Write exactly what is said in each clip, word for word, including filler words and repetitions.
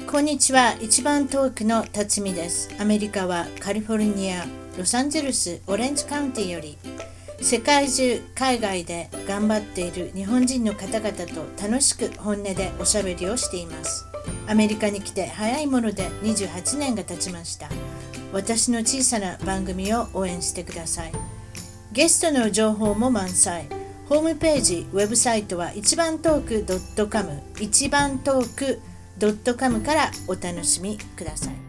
こんにちは。一番遠くの辰巳です。アメリカはカリフォルニア、ロサンゼルス、オレンジカウンティより世界中、海外で頑張っている日本人の方々と楽しく本音でおしゃべりをしています。アメリカに来て早いものでにじゅうはちねんが経ちました。私の小さな番組を応援してください。ゲストの情報も満載。ホームページ、ウェブサイトは一番トーク .com 一番トーク .com からお楽しみください。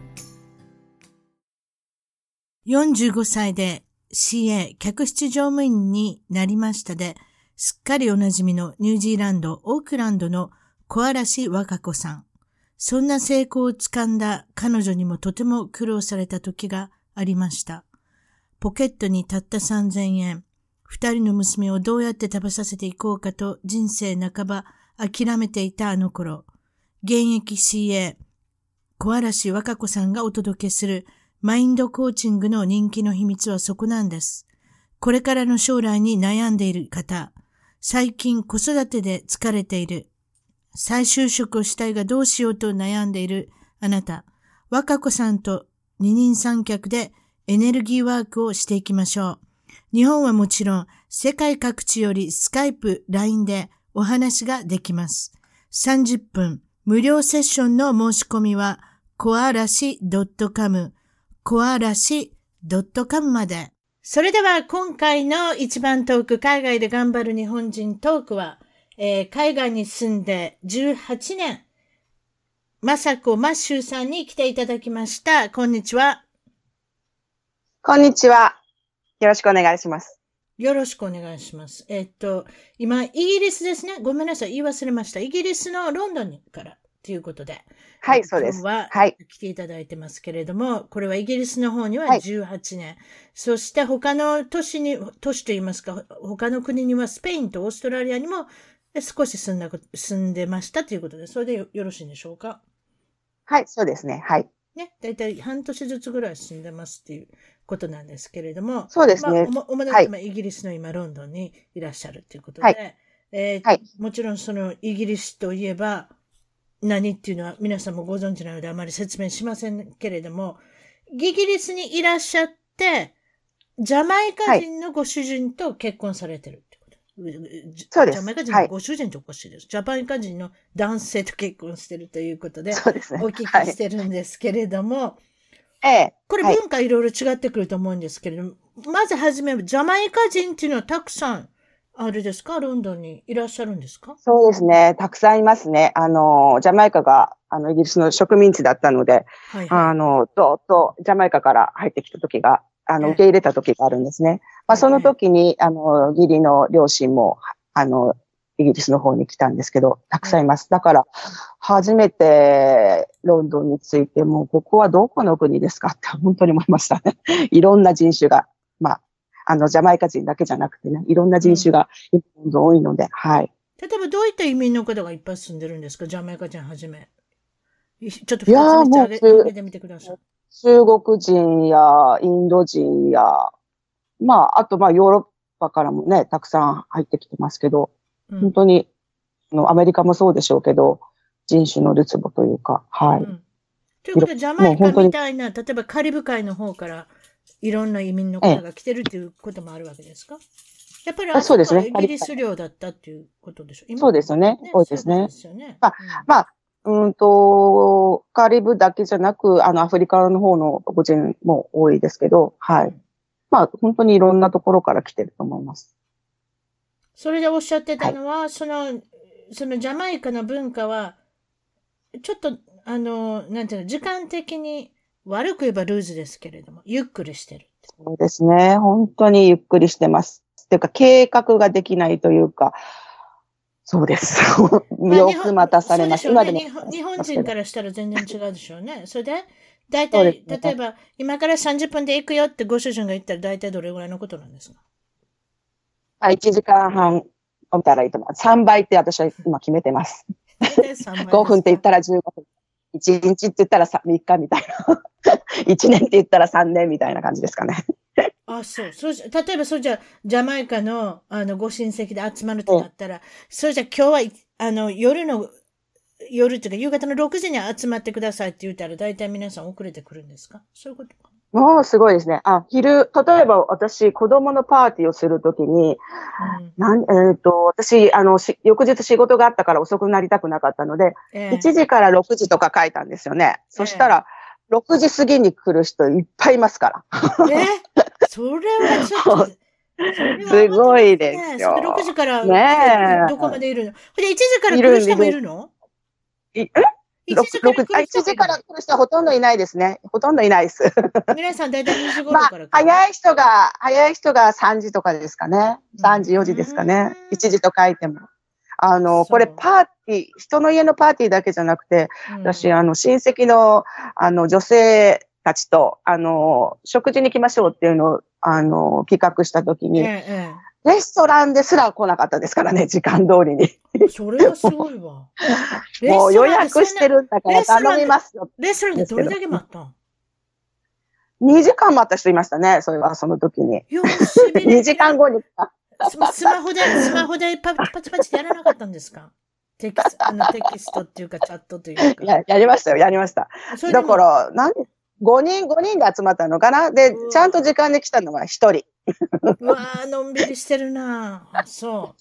よんじゅうごさいで シーエー 客室乗務員になりましたで、すっかりおなじみのニュージーランド、オークランドの小嵐和歌子さん。そんな成功をつかんだ彼女にもとても苦労された時がありました。ポケットにたったさんぜんえん。二人の娘をどうやって食べさせていこうかと人生半ば諦めていたあの頃、現役 シーエー 小嵐和歌子さんがお届けするマインドコーチングの人気の秘密はそこなんです。これからの将来に悩んでいる方、最近子育てで疲れている、再就職をしたいがどうしようと悩んでいるあなた、和歌子さんと二人三脚でエネルギーワークをしていきましょう。日本はもちろん世界各地よりスカイプ、ライン でお話ができます。さんじゅっぷん無料セッションの申し込みはコアラシ .com コアラシ .com まで。それでは今回の一番トーク、海外で頑張る日本人トークは、えー、海外に住んでじゅうはちねん、まさこまっしゅうさんに来ていただきました。こんにちは。 こんにちは。よろしくお願いします。 よろしくお願いします。えっと、今、イギリスですね。ごめんなさい。言い忘れました。イギリスのロンドンからということで。 はい、そうです。 今日ははい。 来ていただいてますけれども、これはイギリスの方にはじゅうはちねん。はい、そして他の都市に、都市といいますか、他の国にはスペインとオーストラリアにも少し住んだ、住んでましたということで、それで よ, よろしいんでしょうか？ はい、そうですね。はい。 ね、だいたい半年ずつぐらい住んでますっていうことなんですけれども、 そうですね。 まあ、おもだって、イギリスの今、ロンドンにいらっしゃるということで、はい、えーはい、もちろんそのイギリスといえば何っていうのは皆さんもご存知なのであまり説明しませんけれども、イギリスにいらっしゃって、ジャマイカ人のご主人と結婚されてるってこと。はい、 そうです。 ジャマイカ人のご主人とおかしいです。はい、ジャマイカ人の男性と結婚してるということで、そうですね、お聞きしてるんですけれども、はいええ。 これ文化いろいろ違ってくると思うんですけれども、はい、まずはじめ、ジャマイカ人っていうのはたくさん、あれですか、ロンドンにいらっしゃるんですか？ そうですね。たくさんいますね。あの、ジャマイカが、あの、イギリスの植民地だったので、はいはい、あの、どーっとジャマイカから入ってきた時が、あの、受け入れた時があるんですね。まあ、その時に、あの、義理の両親も、あの、イギリスの方に来たんですけど、たくさんいます。だから、初めてロンドンに着いて、もうここはどこの国ですかって本当に思いましたね。いろんな人種が、まあ、あの、ジャマイカ人だけじゃなくてね、いろんな人種がどんどん多いので、はい。 例えばどういった移民の方がいっぱい住んでるんですか？ジャマイカ人はじめ。ちょっと二つめて挙げてみてください。 中国人やインド人や、まあ、あとまあヨーロッパからもね、たくさん入ってきてますけど、うん、本当に、アメリカもそうでしょうけど、人種のるつぼというか、はい。うん、 ということで、ジャマイカみたいな、例えばカリブ海の方からいろんな移民の方が来てるっていうこともあるわけですか？やっぱりあそこはイギリス領だったっていうことでしょう？ そうですよね。多いですね。 そうですよね。 まあ、うん、まあ、うんと、カリブだけじゃなく、あの、アフリカの方の個人も多いですけど、はい。うん、まあ、本当にいろんなところから来てると思います。 それでおっしゃってたのは、はい、その、そのジャマイカの文化は、ちょっと、あの、なんていうの、時間的に悪く言えばルーズですけれども、ゆっくりしてる。 そうですね。本当にゆっくりしてます。っていうか、計画ができないというか、そうです。よく待たされます。 まあ、ね、今でも日本人からしたら全然違うでしょうね。それで、だいたい、ね、例えば、今からさんじゅっぷんで行くよってご主人が言ったら、だいたいどれぐらいのことなんですか？ あ、いちじかんはん見たらいいと思う。さんばいって私は今決めてます。ごふんって言ったらじゅうごふん。いちにちって言ったらみっかみたいな。いちねんって言ったらさんねんみたいな感じですかね。 あ、そう。そう、例えば、それじゃ、ジャマイカの、あの、ご親戚で集まるとなったら、うん、それじゃ、今日は、あの、夜の、 夜っていうか夕方のろくじに集まってくださいって言ったら大体皆さん遅れてくるんですか？そういうことか。 もうすごいですね。あ、昼、例えば私、子供のパーティーをするときに、うん、なん、えっ、ー、と、私、あの、し、翌日仕事があったから遅くなりたくなかったので、えー、いちじからろくじとか書いたんですよね。えー、そしたら、ろくじ過ぎに来る人いっぱいいますから。 えー、それはちょっと、 すごいですよ。 ろくじからねどこまでいるの？で、いちじから来る人もいるの？ いえいちじから来る人いちじから来る人はほとんどいないですね。ほとんどいないです。 皆さん大体にじ頃から来る。 まあ、早い人が、早い人がさんじとかですかね。さんじ、よじですかね。いちじと書いても。あの、これパーティー、人の家のパーティーだけじゃなくて、うん、私、あの、親戚の、あの、女性たちと、あの、食事に行きましょうっていうのを、あの、企画したときに、ええ、レストランですら来なかったですからね、時間通りに。 それはすごいわ。 もう予約してるんだから頼みますよ。 レストランでどれだけ待ったん？ にじかん待った人いましたね、それは、その時に。 よしびれにじかんごに来た。 スマホで、スマホでパチパチパチってやらなかったんですか？テキスト、あのテキストっていうかチャットというか。 や、やりましたよ、やりました。だから、何ごにん、ごにんで集まったのかなで、ちゃんと時間で来たのはひとり。 うわー、のんびりしてるなぁ。そう。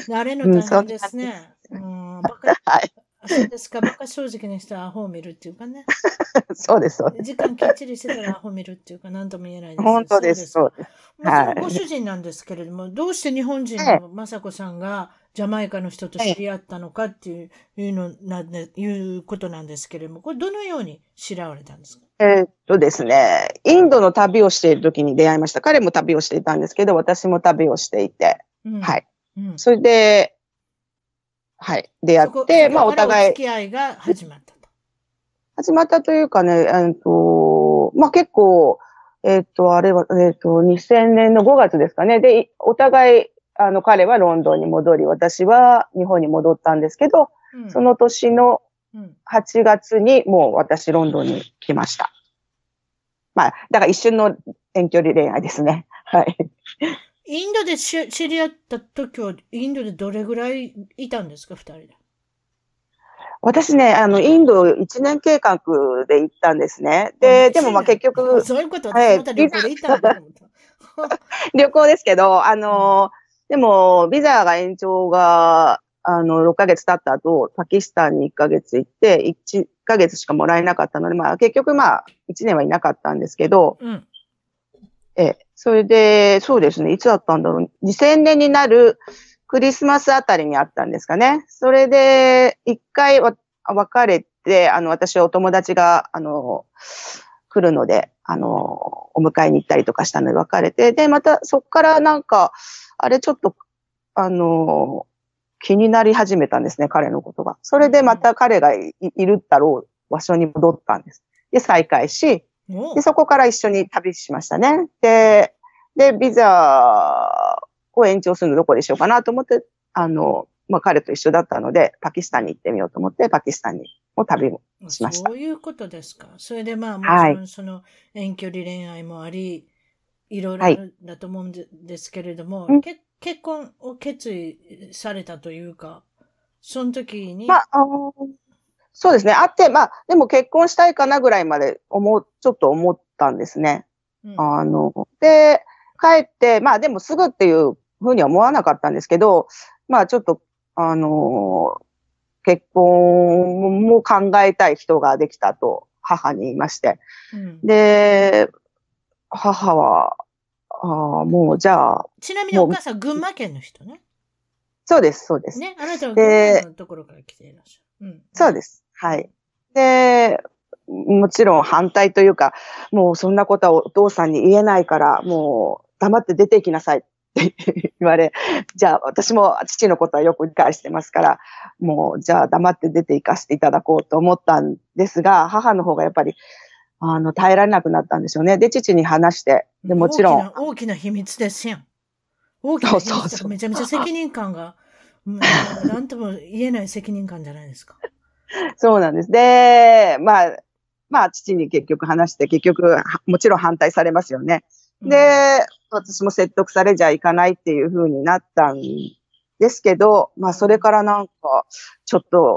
慣れの大変ですね。うん、バカ。はい。そうですか。バカ正直な人はアホを見るっていうかね。 そうです、そうです。 時間きっちりしてたらアホ見るっていうか、なんとも言えないです。 本当です、そうです。 まあ、そのご主人なんですけれども、はい、どうして日本人の雅子さんがジャマイカの人と知り合ったのかっていう、いうのなんで、いうことなんですけれども、これどのように知られたんですか？ えー、っとですね、インドの旅をしている時に出会いました。彼も旅をしていたんですけど、私も旅をしていて、うん、はい、うん。それで、はい、出会って、まあお互い。 お付き合いが始まったと。 始まったというかね、えー、っと、まあ結構、えー、っと、あれは、えー、っと、にせんねんのごがつですかね。で、お互い、あの、彼はロンドンに戻り、私は日本に戻ったんですけど、うん、その年のはちがつにもう私ロンドンに来ました。まあ、だから一瞬の遠距離恋愛ですね。はい。 インドで知り合った時は、インドでどれぐらいいたんですか、二人で。 私ね、あの、インドいちねん計画で行ったんですね。で、でもまあ結局。 そういうこと、私また旅行で行ったんだと思った。 旅行ですけど、あの、うん、でも、ビザが延長が、あの、ろっかげつ経った後、パキスタンにいっかげつ行って、いっかげつしかもらえなかったので、まあ結局まあ、いちねんはいなかったんですけど、うん、え、それで、そうですね、いつだったんだろう。にせんねんになるクリスマスあたりにあったんですかね。それで、一回別れて、あの、私はお友達が、あの、来るので、あの、お迎えに行ったりとかしたので別れて、で、またそっからなんか、あれちょっと、あの、気になり始めたんですね、彼のことが。それでまた彼が い, いるだろう場所に戻ったんです。で、再会し、で、そこから一緒に旅しましたね。で、で、ビザを延長するのどこでしようかなと思って、あの、まあ、彼と一緒だったので、パキスタンに行ってみようと思って、パキスタンにも旅もしました。 そういうことですか。それでまあ、もちろんその遠距離恋愛もあり、いろいろあるんだと思うんですけれども、はい、け結婚を決意されたというか、その時に。 まあ、あのそうですね。あって、まあ、でも結婚したいかなぐらいまで思う、ちょっと思ったんですね。うん、あの、で、帰って、まあでもすぐっていうふうには思わなかったんですけど、まあちょっと、あの、結婚も考えたい人ができたと母に言いまして。うん、で、母は、あもうじゃあ。 ちなみにお母さん、群馬県の人ね。 そうです、そうです。 ね、あなたは群馬のところから来ていらっしゃる。うん、 そうです。はい。で、もちろん反対というか、もうそんなことはお父さんに言えないから、もう黙って出て行きなさいって言われ、じゃあ私も父のことはよく理解してますから、もうじゃあ黙って出て行かせていただこうと思ったんですが、母の方がやっぱり、あの、耐えられなくなったんですよね。で、父に話して、で、もちろん。 大きな、大きな秘密ですやん。大きな秘密だから、そうそうそうめちゃめちゃ責任感が、なんとも言えない責任感じゃないですか。 そうなんです。で、まあ、まあ、父に結局話して、結局、もちろん反対されますよね。で、うん、私も説得されじゃいかないっていう風になったんですけど、まあ、それからなんか、ちょっと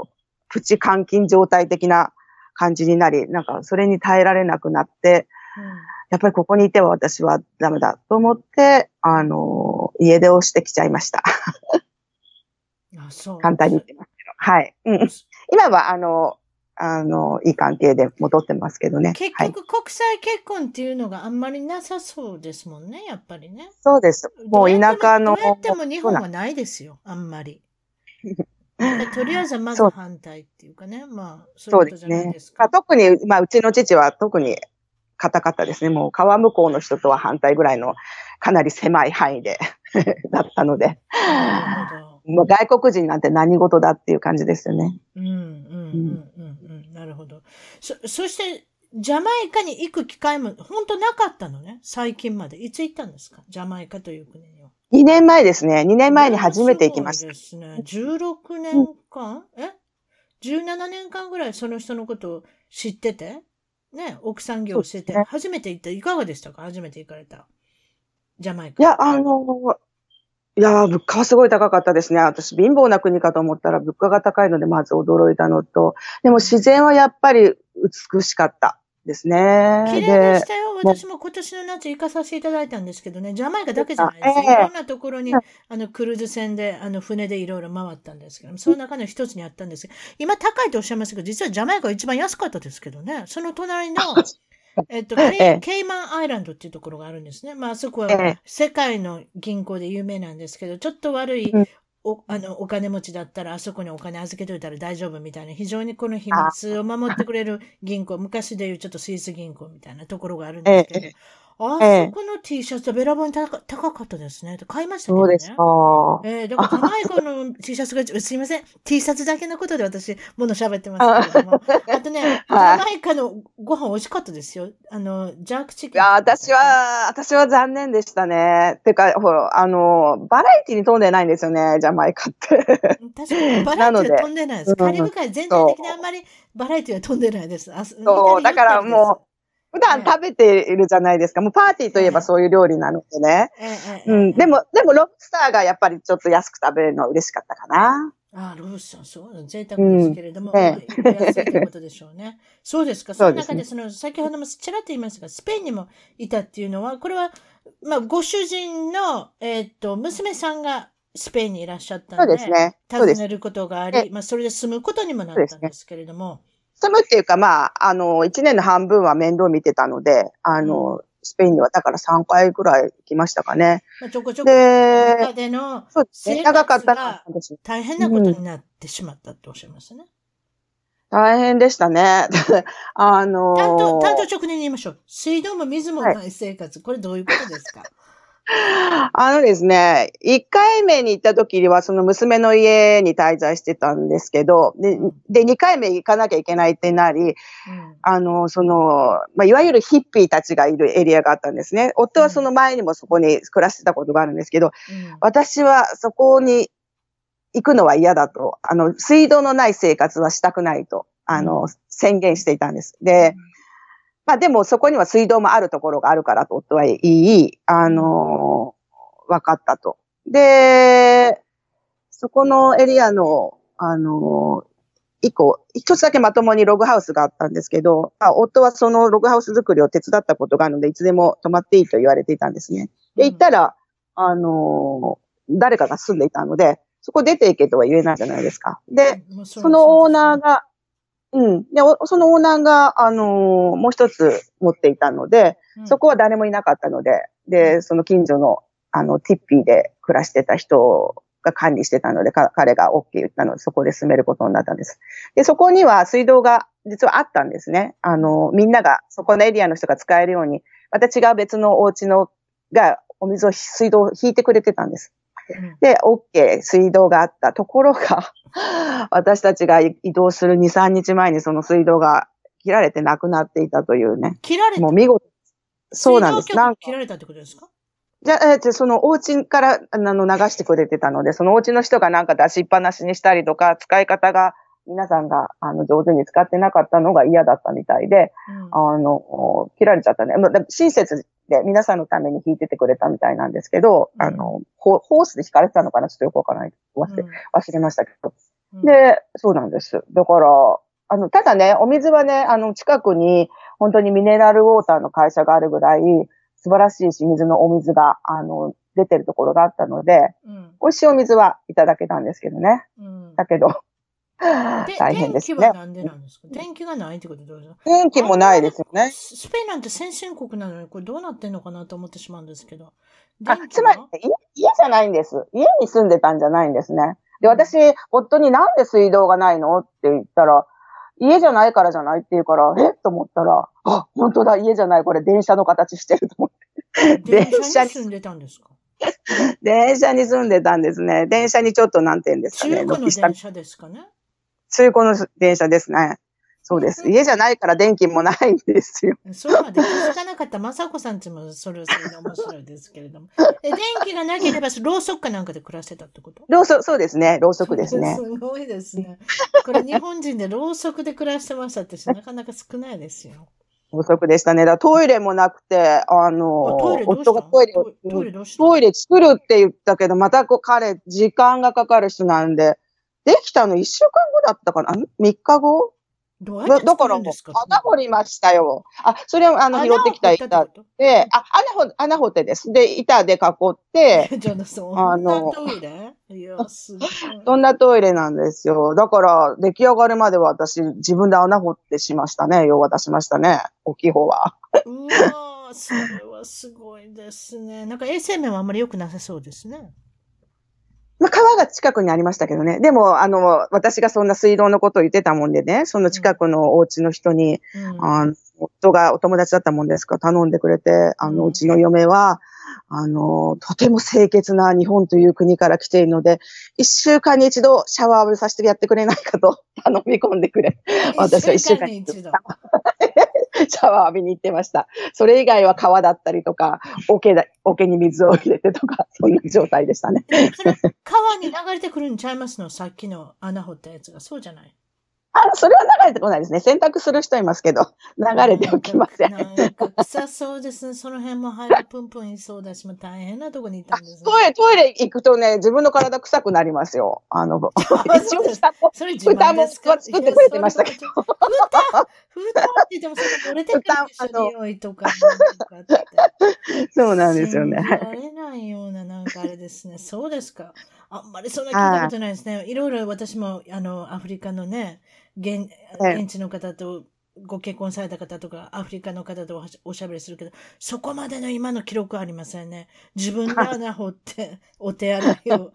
プチ監禁状態的な感じになり、なんかそれに耐えられなくなって、うん、やっぱりここにいては私はダメだと思って、あの、家出をしてきちゃいました。 あ、そう。 簡単に言ってますけど。はい。うん、今は、あの、あの、いい関係で戻ってますけどね。 結局、国際結婚っていうのがあんまりなさそうですもんね、やっぱりね。 そうです。もう田舎の。 どうやっても日本はないですよ、あんまり。だからとりあえずまず反対っていうかね。まあ、そういうことじゃないですか。 そうですね。特に、まあ、うちの父は特に固かったですね。もう川向こうの人とは反対ぐらいのかなり狭い範囲でだったので。なるほど。もう外国人なんて何事だっていう感じですよね。 うん、うん、うん、うん、うん。なるほど。そ、そして、ジャマイカに行く機会も本当なかったのね。最近まで。いつ行ったんですか？ジャマイカという国には。 にねんまえですね。にねんまえに初めて行きました。 そうですね。じゅうろくねんかん、うん、え ?じゅうななねんかんぐらいその人のことを知ってて、ね、奥さん業をしてて、ね、初めて行った。いかがでしたか？初めて行かれた。ジャマイカ。 いや、あの、いや、物価はすごい高かったですね。私、貧乏な国かと思ったら物価が高いので、まず驚いたのと、でも自然はやっぱり美しかったですね。 綺麗でしたよ。私も今年の夏行かさせていただいたんですけどね、ジャマイカだけじゃないですよ。えー、いろんなところに、あの、クルーズ船で、あの、船でいろいろ回ったんですけど、その中の一つにあったんですけど、今高いとおっしゃいますけど、実はジャマイカが一番安かったですけどね、その隣の、えっと、ケイ、ええ、ケイマンアイランドっていうところがあるんですね。まあ、そこは世界の銀行で有名なんですけど、ちょっと悪いお、あの、お金持ちだったら、あそこにお金預けといたら大丈夫みたいな、非常にこの秘密を守ってくれる銀行、昔でいうちょっとスイス銀行みたいなところがあるんですけど、ええ、あそこの T シャツとべらぼうに高かったですね。買いましたけどね。そうですか。えー、だからジャマイカの T シャツが、すいません。T シャツだけのことで私、もの喋ってますけれども。あとね、ジャマイカのご飯美味しかったですよ。あの、ジャークチキン。 いや、私は、私は残念でしたね。てか、ほら、あの、バラエティに富んでないんですよね、ジャマイカって。 確かに、バラエティは飛んでないです。カリブ海全体的にあんまりバラエティは飛んでないです。あそう、だからもう、普段食べているじゃないですか。もうパーティーといえばそういう料理なのでね。うん。でも、でもロブスターがやっぱりちょっと安く食べるの嬉しかったかな。 ああ、ロブスター、そう、贅沢ですけれども、うんね、まあ、安いということでしょうね。そうですか。その中で、その、先ほどもちらっと言いましたが、スペインにもいたっていうのは、これは、まあ、ご主人の、えっと、娘さんがスペインにいらっしゃったので、そうですね。訪ねることがあり、まあ、それで住むことにもなったんですけれども、 住むっていうか、まあ、あの、一年の半分は面倒見てたので、あの、うん、スペインにはだからさんかいぐらい行きましたかね。 まあ、ちょこちょこで、中での生活が大変なことになってしまったっておっしゃいますね。 うん、大変でしたね。あのー、 担当、担当直入に言いましょう。水道も水もない生活。はい、これどういうことですか？ あのですね、一回目に行った時にはその娘の家に滞在してたんですけど、で、うん、で二回目行かなきゃいけないってなり、うん、あの、その、まあ、いわゆるヒッピーたちがいるエリアがあったんですね。夫はその前にもそこに暮らしてたことがあるんですけど、うん、私はそこに行くのは嫌だと、あの、水道のない生活はしたくないと、あの、うん、宣言していたんです。で、まあでもそこには水道もあるところがあるからと夫は言い、あのー、分かったと。で、そこのエリアの、あのー、一個、一つだけまともにログハウスがあったんですけど、まあ、夫はそのログハウス作りを手伝ったことがあるので、いつでも泊まっていいと言われていたんですね。で、行ったら、あのー、誰かが住んでいたので、そこ出て行けとは言えないじゃないですか。で、そのオーナーが、うん。で、そのオーナーが、あのー、もう一つ持っていたので、うん、そこは誰もいなかったので、で、その近所の、あの、ティッピーで暮らしてた人が管理してたので、彼が OK 言ったので、そこで住めることになったんです。で、そこには水道が実はあったんですね。あのー、みんなが、そこのエリアの人が使えるように、また違う別のお家の、が、お水を、水道を引いてくれてたんです。で、OK、水道があったところが、私たちが移動するに、さんにちまえにその水道が切られてなくなっていたというね。 切られた？ もう見事。そうなんです。 なんか切られたってことですか？ じゃあ、えー、そのお家からあの流してくれてたので、そのお家の人がなんか出しっぱなしにしたりとか、使い方が皆さんがあの上手に使ってなかったのが嫌だったみたいで、うん、あの、切られちゃったね。親切で皆さんのために引いててくれたみたいなんですけど、うん、あの、ホースで引かれてたのかなちょっとよくわからない。忘れ、うん、忘れましたけど。 で、そうなんです。だから、あの、ただね、お水はね、あの、近くに、本当にミネラルウォーターの会社があるぐらい、素晴らしいし、水のお水が、あの、出てるところがあったので、うん、美味しいお水はいただけたんですけどね。うん、だけど、大変ですね。 電気はなんでなんですか？電気がないってことどうですか？ 電気もないですよね。 スペインなんて先進国なのに、これどうなってんのかなと思ってしまうんですけど。 あ、つまり、家じゃないんです。家に住んでたんじゃないんですね。で、私、夫になんで水道がないのって言ったら、家じゃないからじゃないって言うから、えと思ったら、あ、本当だ、家じゃない、これ電車の形してると思って。 電車に住んでたんですか？ 電車に住んでたんですね。電車にちょっとなんて言うんですかね。 中古の電車ですかね？ 中古の電車ですね。そうです。家じゃないから電気もないんですよ。 そうまで気づかなかった雅子さんちもそれはそれで面白いですけれども。電気がなければろうそくかなんかで暮らしてたってこと？ ろうそく、そうですね。ろうそくですね。 すごいですね。これ日本人でろうそくで暮らしてましたってなかなか少ないですよ。 ろうそくでしたね。だトイレもなくて、あの、 トイレ夫がトイレを、トイレトイレ作るって言ったけど、またこう彼、時間がかかる人なんで、できたのいっしゅうかんごだったかな ?みっかごどうやって作るんですか？ 穴掘りましたよ。あ、それは、あの、拾ってきた板で、あ、穴掘、穴掘ってです。で、板で囲って、 あの、トイレいや、すごい。 そんなトイレなんですよ。だから、出来上がるまでは私、自分で穴掘ってしましたね。用は出しましたね。大きい方は。 うわー、それはすごいですね。なんか衛生面はあんまり良くなさそうですね。 まあ、川が近くにありましたけどね。でも、あの、私がそんな水道のことを言ってたもんでね、その近くのお家の人に、うん、あの夫がお友達だったもんですから頼んでくれて、あの、うちの嫁は、あの、とても清潔な日本という国から来ているので、一週間に一度シャワー浴びさせてやってくれないかと頼み込んでくれ。私は一週間に一度。シャワー浴びに行ってました。それ以外は川だったりとか、桶だ、桶に水を入れてとか、そんな状態でしたね。 それ川に流れてくるんちゃいますの？さっきの穴掘ったやつが。そうじゃない？ あ、それは流れてこないですね。洗濯する人いますけど、流れておきません。 なんか臭そうですね。その辺も灰がプンプンいそうだし、もう大変なとこにいたんですね。 トイレ、トイレ行くとね、自分の体臭くなりますよ。あの、一応蓋も、蓋も作ってくれてましたけど。 蓋蓋って言ってもその漏れてくるでしょ、匂いとか。 そうなんですよね。 信じられないような、なんかあれですね。そうですか。あんまりそんな聞いたことないですね。いろいろ私も、あの、アフリカのね、現、現地の方とご結婚された方とか、アフリカの方とおしゃべりするけど、そこまでの今の記録はありませんね。自分で穴掘って、お手洗いを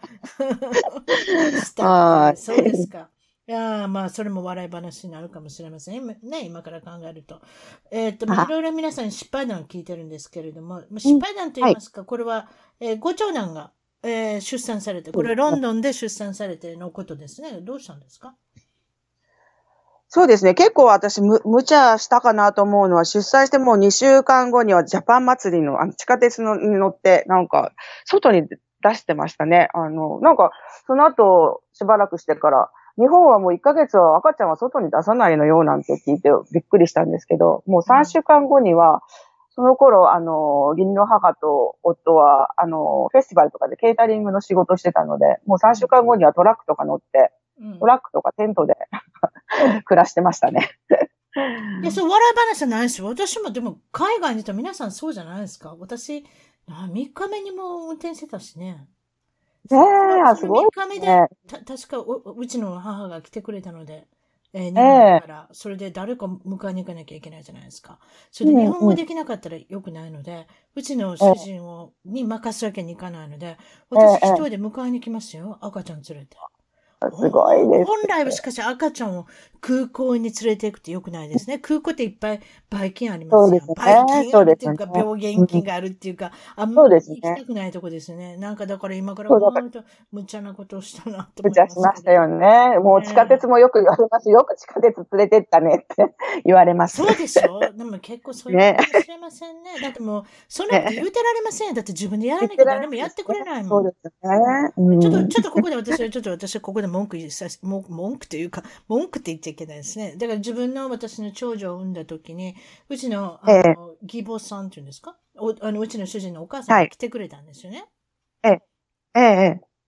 したって。そうですか。いやまあ、それも笑い話になるかもしれませんね。今から考えると。えっと、いろいろ皆さん失敗談を聞いてるんですけれども、失敗談と言いますか、これは、えー、ご長男が、えー、出産されて、これロンドンで出産されてのことですね。どうしたんですか？ そうですね。結構私む、無茶したかなと思うのは、出産してもうにしゅうかんごにはジャパン祭りの、あの地下鉄のに乗って、なんか、外に出してましたね。あの、なんか、その後、しばらくしてから、日本はもういっかげつは赤ちゃんは外に出さないのよなんて聞いてびっくりしたんですけど、もうさんしゅうかんごには、その頃、あの、義理の母と夫は、あの、フェスティバルとかでケータリングの仕事してたので、もうさんしゅうかんごにはトラックとか乗って、トラックとかテントで暮らしてましたね。 いや、そう、笑い話じゃないですよ。私もでも、海外にいたら皆さんそうじゃないですか。私、みっかめにも運転してたしね。 ええ、すごい、ね。 みっかめで、た、確かう、うちの母が来てくれたので、えー、日本から、それで誰か迎えに行かなきゃいけないじゃないですか。それで日本語できなかったら良くないので、うんうん、うちの主人を、に任すわけにいかないので、私一人で迎えに来ますよ。赤ちゃん連れて。 すごいです。 本来はしかし赤ちゃんを空港に連れて行くって良くないですね。空港っていっぱいバイキンありますよ。ね、バイキンあるっていうか、ね、病原菌があるっていうか、あんまり行きたくないとこですね。なんかだから今から考えると、無茶なことをしたなって思います。 無茶しましたよね。もう地下鉄もよく言われます。よく地下鉄連れてったねって言われます。 そうでしょ？でも結構そういうことかもしれませんね。ねだってもう、そんなこと言うてられません。だって自分でやらなきゃ誰もやってくれないもん。 そうですね。うん、 ちょっと、ちょっとここで私は、ちょっと私はここで文句言いさ文句というか、文句って言っちゃいけないですね。だから自分の私の長女を産んだ時に、うちの、あの、ええ、義母さんっていうんですかおあの、うちの主人のお母さんが来てくれたんですよね。 ええ、ええ、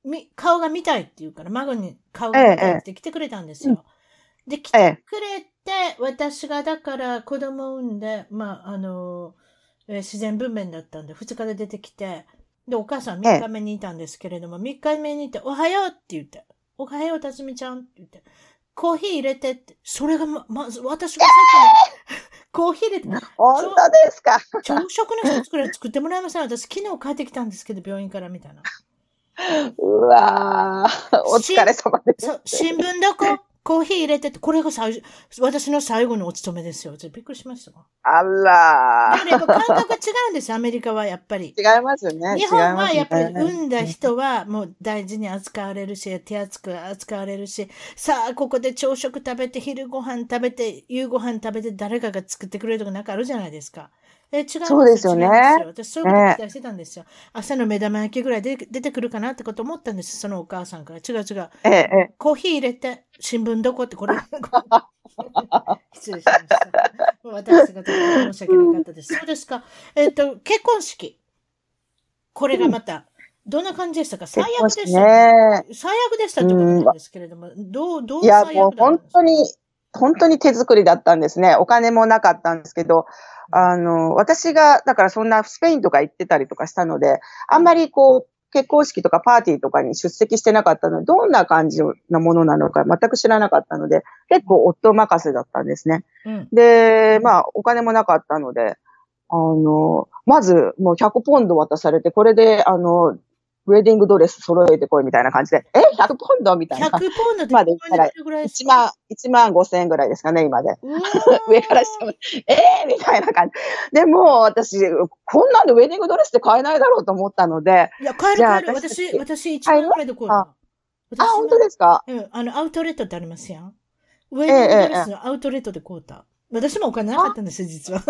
み、顔が見たいって言うから、孫に顔が見たいって来てくれたんですよ。ええ、で、来てくれて、私がだから子供を産んで、まあ、あの、えー、自然分娩だったんで、ふつかで出てきて、で、お母さんみっかめにいたんですけれども、ええ、みっかめにいて、おはようって言って、おはよう、たつみちゃんって言って、コーヒー入れてって、それがま、まず、私がさっきの、コーヒー入れて、 本当ですか？ 朝食の一つくらい作ってもらいません。私、昨日帰ってきたんですけど、病院からみたいな。 うわー、お疲れ様です。 そう、新聞どこコーヒー入れてって、これが最初、私の最後のお勤めですよ。びっくりしましたわ。 あらー。 だからやっぱ感覚が違うんです、アメリカはやっぱり。 違いますよね。 日本はやっぱり産んだ人はもう大事に扱われるし、手厚く扱われるし、さあ、ここで朝食食べて、昼ご飯食べて、夕ご飯食べて、誰かが作ってくれるとかなんかあるじゃないですか。え、違いますよ。 そうですよね。 私そういうこと期待してたんですよ。ね、朝の目玉焼きぐらいで出てくるかなってこと思ったんです。そのお母さんから。違う違う。 ええ、 コーヒー入れて、新聞どこってこれ。失礼しました。私が申し訳なかったです。そうですか。えっと、結婚式。これがまた、どんな感じでしたか？最悪でしたね。最悪でしたってことなんですけれども、どう、どう最悪だったんですか？いや、もう本当に、本当に手作りだったんですね。お金もなかったんですけど、あの、私が、だからそんなスペインとか行ってたりとかしたので、あんまりこう、結婚式とかパーティーとかに出席してなかったので、どんな感じのものなのか全く知らなかったので、結構夫任せだったんですね。うん、で、まあ、お金もなかったので、あの、まずもうひゃくポンド渡されて、これで、あの、ウェディングドレス揃えてこいみたいな感じで、え ?ひゃく ポンドみたいな。 ひゃくポンドでまで言ったらいちまん、いちまんごせんえんぐらいですかね、今で。上から下まで。ええー、みたいな感じ。でも、私、こんなんでウェディングドレスって買えないだろうと思ったので。 いや、買える買える。私、私いちまんぐらいでこうだ。 あ、本当ですか？ うん、あの、アウトレットってありますやん。ウェディングドレスのアウトレットでこうだ。私もお金なかったんですよ、実は。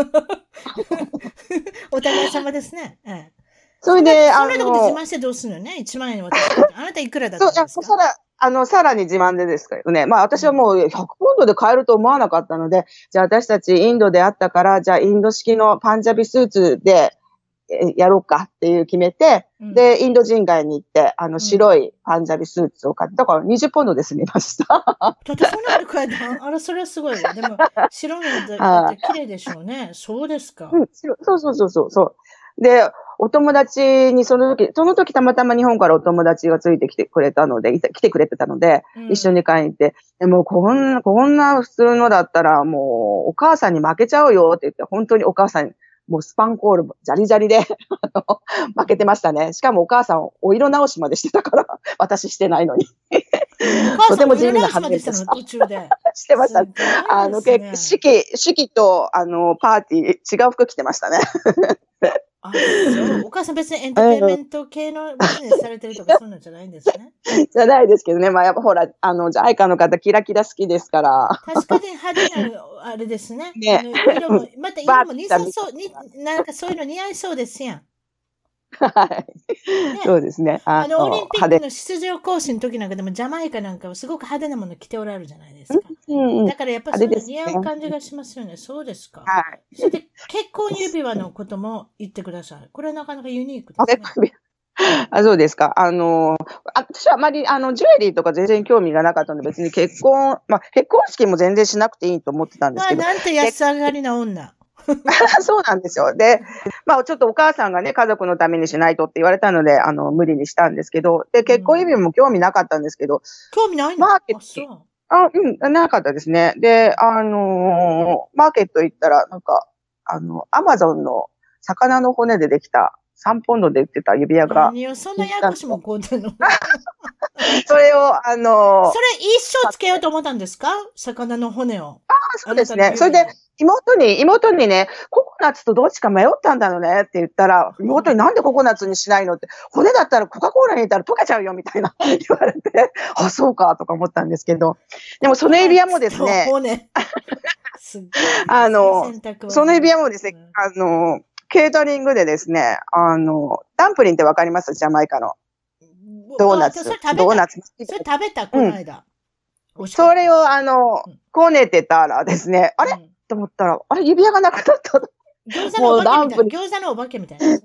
お互い様ですね。ええ。それで、あの、そんなとこで自慢してどうするのね ?いちまんえん渡して。あなたいくらだったんですか？そう、 さら、あの、さらに自慢でですけどね。まあ私はもうひゃくポンドで買えると思わなかったので、じゃあ私たちインドであったから、じゃあインド式のパンジャビスーツでやろうかっていう決めて、うん、で、インド人街に行って、あの、白いパンジャビスーツを買って、だからにじゅうポンドで済みました。 だってそんなに買えた？あら、それはすごいわ。でも、白いのだって綺麗でしょうね。そうですか。 うん、そうそうそうそうそう。で、お友達にその時、その時たまたま日本からお友達がついてきてくれたので、来てくれてたので、うん、一緒に帰って、でもこんな、こんな普通のだったらもうお母さんに負けちゃうよって言って、本当にお母さんに、もうスパンコール、ジャリジャリであの負けてましたね。しかもお母さん、お色直しまでしてたから、私してないのに。 とても地味な話でした。途中で。 してました。ね、あの、式、式と、あの、パーティー、違う服着てましたね。 あ、そう。お母さん別にエンターテインメント系のビジネスされてるとかそういうのじゃないんですね。 じゃないですけどね。まあやっぱほら、あの、ジャイカの方キラキラ好きですから。 確かに派手な、あれですね。ね。色も、また色も似さそう、に、なんかそういうの似合いそうですやん。 はい。ね、そうですね。 あの、オリンピックの出場行進の時なんかでもジャマイカなんかはすごく派手なもの着ておられるじゃないですか。うんうん、だからやっぱりそういうの似合う感じがしますよね。そうですか。はい。それで結婚指輪のことも言ってください。これはなかなかユニークですね。 あ、そうですか。あの、私はあまり、あの、ジュエリーとか全然興味がなかったので、別に結婚、まあ、結婚式も全然しなくていいと思ってたんですけど。 まあ、なんて安上がりな女。 そうなんですよ。で、まあちょっとお母さんがね、家族のためにしないとって言われたので、あの、無理にしたんですけど、で、結婚指輪も興味なかったんですけど。 興味ないの？ マーケット。あ、うん、なかったですね。で、あのー、マーケット行ったら、なんか、あの、アマゾンの魚の骨でできた、さんポンドで売ってた指輪が。 何よ、そんなややこしも買うてんの？ それを、あのー、 それ一生つけようと思ったんですか？魚の骨を。 ああ、そうですね。それで、妹に、妹にね、ココナッツとどっちか迷ったんだよねって言ったら、妹になんでココナッツにしないのって、骨だったらコカ・コーラに入れたら溶けちゃうよみたいな言われて、あ、そうかとか思ったんですけど。でもその指輪もですね、 骨あの、その指輪もですね、あの、ケータリングでですね、あの、ダンプリンってわかります？ジャマイカの。ドーナツ。ドーナツ。 それ食べた、この間。 うん、それを、あの、こねてたらですね、あれ、うん、と思ったら、あれ、指輪がなくなった。 餃子のお化けみたいな。餃子のお化けみたいなですね。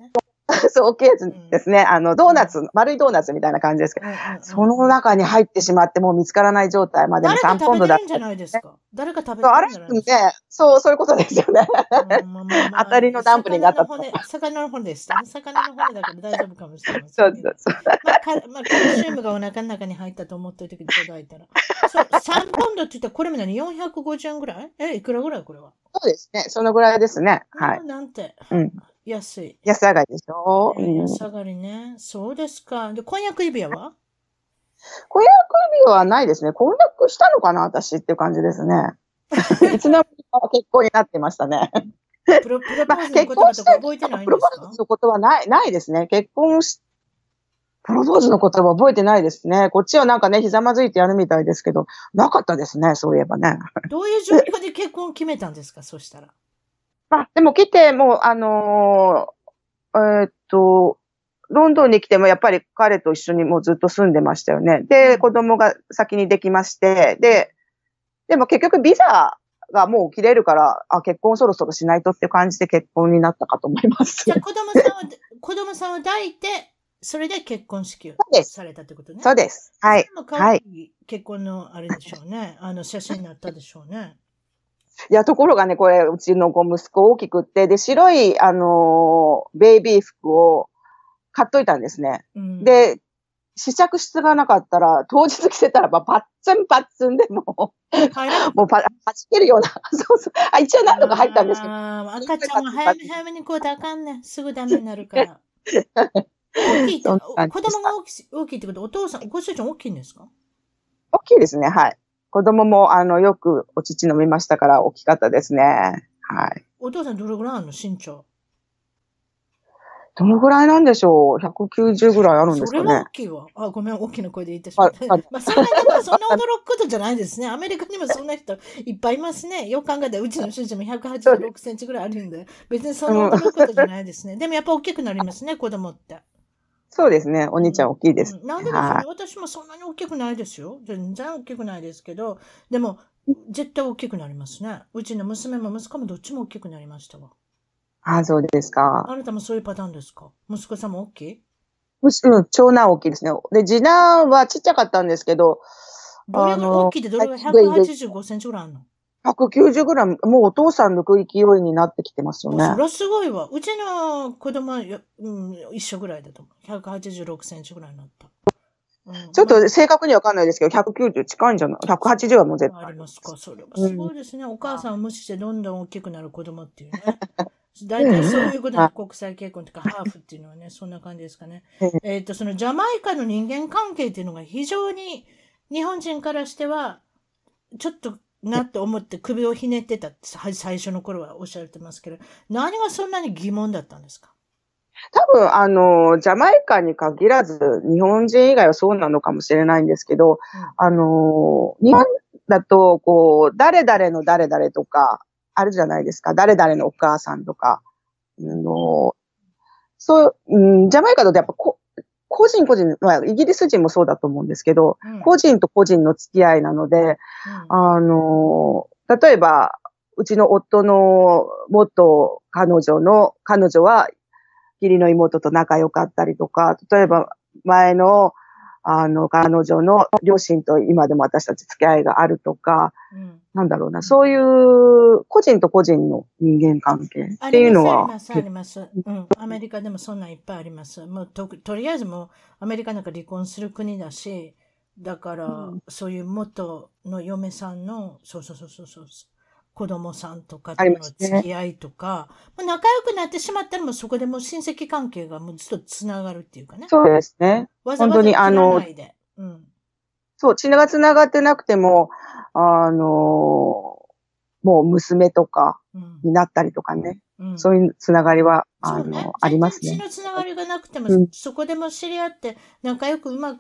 そう、大きいやつですね。あの、ドーナツ、丸いドーナツみたいな感じですけど、その中に入ってしまってもう見つからない状態までもさんポンドだった。 誰か食べてるんじゃないですか。誰か食べてそう、あれるんじゃないですか。 ね、そう、そういうことですよね。当たりのダンプリングだったと。 魚の骨でしたね。魚の骨だから大丈夫かもしれません。 そうそうそう。 まあ、カまあ、カルシウムがお腹の中に入ったと思っておいていただいたら。そう、さんポンドって言ったらこれも何よんひゃくごじゅうえんぐらいえ、いくらぐらいこれは。 そうですね。そのぐらいですね。はい。 なんて。 うん。 安い。 安上がりでしょ、 えー、安上がりね。そうですか。で、婚約指輪は婚約指輪はないですね。婚約したのかな私っていう感じですね。いつの間にか結婚になってましたね。 プロ、プロポーズのこととか覚えてないんですか？プロポーズのことはない、ないですね。結婚し、プロポーズのことは覚えてないですね。こっちはなんかね、ひざまずいてやるみたいですけど、なかったですね、そういえばね。 どういう状況で結婚を決めたんですか、そしたら。 あ、でも来て、もう、あのー、えー、っと、ロンドンに来てもやっぱり彼と一緒にもうずっと住んでましたよね。で、子供が先にできまして、で、でも結局ビザがもう切れるから、あ、結婚そろそろしないとっていう感じで結婚になったかと思います。 じゃあ子供さんは、子供さんを抱いて、それで結婚式をされたってことね。 そうです。はい。 はい。結婚のあれでしょうね。あの写真になったでしょうね。 いや、ところがね、これ、うちの子息子大きくって、で、白い、あのー、ベイビー服を買っといたんですね。うん、で、試着室がなかったら、当日着せたらば、パッツンパッツンでもう、もうパ、はじけるような、そうそう。あ、一応何度か入ったんですけど。 ああ、赤ちゃんは早め早めにこうであかんねん。すぐダメになるから。大きいって、子供が大きい、大きいってこと、お父さん、ご主人大きいんですか？ 大きいですね、はい。子供も、あの、よくお乳飲みましたから大きかったですね。はい。 お父さんどれぐらいあるの身長？ どのぐらいなんでしょう ?ひゃくきゅうじゅうぐらいあるんですかね。 それは大きいわ。あ、ごめん、大きな声で言ってしまった。まあ、そんなに、そんな驚くことじゃないですね。アメリカにもそんな人いっぱいいますね。よく考えたら、うちの主人もひゃくはちじゅうろくセンチぐらいあるんで、別にそんな驚くことじゃないですね。でもやっぱ大きくなりますね、子供って。 そうですね。お兄ちゃん大きいです。 うん、なんででしょうね。私もそんなに大きくないですよ。全然大きくないですけど、でも、絶対大きくなりますね。うちの娘も息子もどっちも大きくなりましたわ。 ああ、そうですか。 あなたもそういうパターンですか？息子さんも大きい？ うん、長男大きいですね。で、次男はちっちゃかったんですけど、 どれぐらい大きいってどれぐらいひゃくはちじゅうごセンチぐらいあるの？ ひゃくきゅうじゅうグラム、もうお父さん抜く勢いになってきてますよね。 それはすごいわ。うちの子供は、うん、一緒ぐらいだと思う。ひゃくはちじゅうろくセンチぐらいになった。 うん、ちょっと正確にわかんないですけど、ひゃくきゅうじゅう近いんじゃない ?ひゃくはちじゅうはもう絶対。 ありますか。それはすごいですね。うん、お母さんを無視してどんどん大きくなる子供っていうね。大体そういうことで国際結婚とかハーフっていうのはね、そんな感じですかね。えっと、そのジャマイカの人間関係っていうのが非常に日本人からしては、ちょっとなって思って首をひねってたって最初の頃はおっしゃってますけど、何がそんなに疑問だったんですか？ 多分、あの、ジャマイカに限らず、日本人以外はそうなのかもしれないんですけど、うん、あの、日本だと、こう、誰々の誰々とか、あるじゃないですか。誰々のお母さんとか。あの、そう、うん、ジャマイカだとやっぱこ、個人個人、まあ、イギリス人もそうだと思うんですけど、うん、個人と個人の付き合いなので、うん、あの、例えば、うちの夫の元彼女の、彼女は、義理の妹と仲良かったりとか、例えば前の、あの、彼女の両親と今でも私たち付き合いがあるとか、うん、なんだろうな、そういう個人と個人の人間関係っていうのは。 あります、あります、あります。うん。アメリカでもそんなんいっぱいあります。もうと、とりあえずもうアメリカなんか離婚する国だし、だから、うん、そういう元の嫁さんの、そうそうそうそうそう。子供さんとかとの付き合いとか、ね、仲良くなってしまったらもうそこでもう親戚関係がもうずっとつながるっていうかね。 そうですね。 わざわざ切らないで。 うん、そう、血がつながってなくても、あのー、もう娘とかになったりとかね。うん、そういうつながりは、あの、ね、ありますね。 血のつながりがなくても、うん、そこでも知り合って仲良くうまくい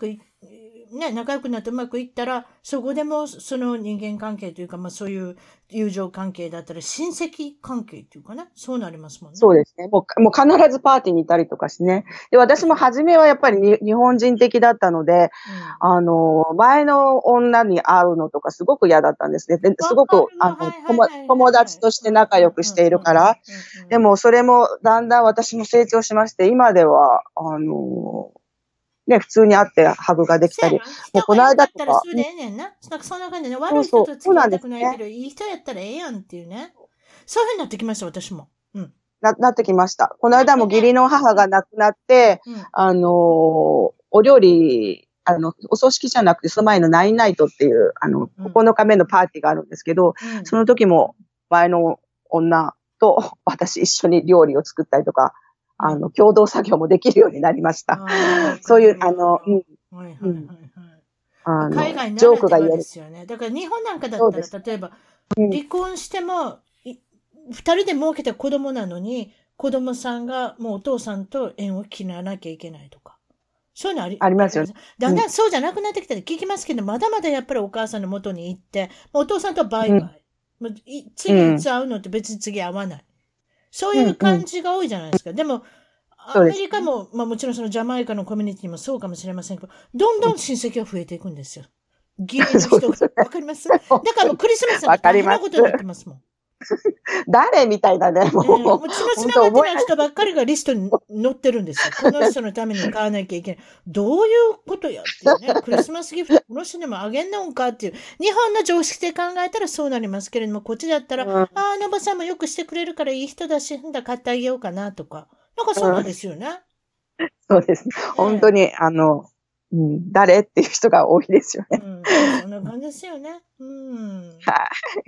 ね、仲良くなってうまくいったら、そこでもその人間関係というか、まあそういう友情関係だったら親戚関係っていうかね、そうなりますもんね。 そうですね。もう、もう必ずパーティーに行ったりとかしてね。で、私も初めはやっぱりに日本人的だったので、うん、あの、前の女に会うのとかすごく嫌だったんですね。ですごく、あの、友達として仲良くしているから。でも、それもだんだん私も成長しまして、今では、あの、ね、普通に会ってハグができたり。 もうこの間とか。だったらそれでええねんな。なんかそんな感じで、ね、悪い人と付き合いたくないけど、そうそう、ね、いい人やったらええやんっていうね。そういう風になってきました、私も。うん。 な、なってきました。この間も義理の母が亡くなって、うん、あの、お料理、あの、お葬式じゃなくて、その前のナインナイトっていう、あの、ここのかめのパーティーがあるんですけど、うん、その時も前の女と私一緒に料理を作ったりとか、うん、あの、共同作業もできるようになりました。そういう、あの、うん。はいはいはいはい。 あの海外ならではですよね。だから日本なんかだったら、例えば、離婚しても、二人で儲けた子供なのに、子供さんがもうお父さんと縁を切らなきゃいけないとか。そういうのあり、 ありますよね。 だんだんそうじゃなくなってきたら聞きますけど、まだまだやっぱりお母さんの元に行って、お父さんとバイバイ。うん、次いつ会うのって別に次会わない。そういう感じが多いじゃないですか。うんうん、でも、アメリカも、まあもちろんそのジャマイカのコミュニティもそうかもしれませんけど、どんどん親戚が増えていくんですよ。義理の人が。わかります？だからもうクリスマスは大変なことになってますもん。 誰みたいなね、もう。 えー、もう血の繋がってない人ばっかりがリストに載ってるんですよ。この人のために買わなきゃいけない。どういうことやっていうね。クリスマスギフトこの人にもあげんのんかっていう。日本の常識で考えたらそうなりますけれども、こっちだったら、うん、ああ、のばさんもよくしてくれるからいい人だし、んだ買ってあげようかなとか。なんかそうなんですよね。 うん、そうです。ね、本当に、あの、うん、誰っていう人が多いですよね。 うん、そんな感じですよね。うん。 はい。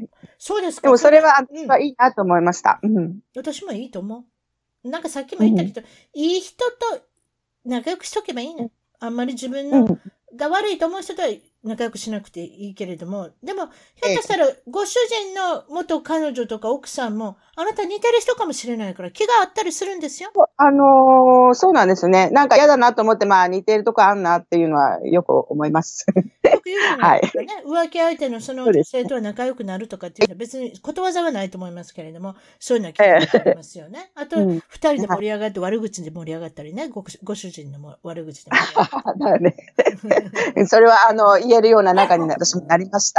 そうですか。 でもそれは、私はいいなと思いました。うん。 私もいいと思う。なんかさっきも言ったけど、うん、いい人と仲良くしとけばいいね。あんまり自分のが悪いと思う人とは仲良くしなくていいけれども、でも、ひょっとしたら、ご主人の元彼女とか奥さんも、あなた似てる人かもしれないから、気があったりするんですよ。 あのー、そうなんですね。なんか嫌だなと思って、まあ似てるとこあんなっていうのはよく思います。 よく言うじゃないですかね。はい、浮気相手のその女性とは仲良くなるとかっていうのは別にことわざはないと思いますけれども、そういうのは聞いてありますよね。あと、二、人で盛り上がって悪口で盛り上がったりね、ご, ご主人のも悪口で盛り上がったり。だね。それは、あの、言えるような中に私もなりました。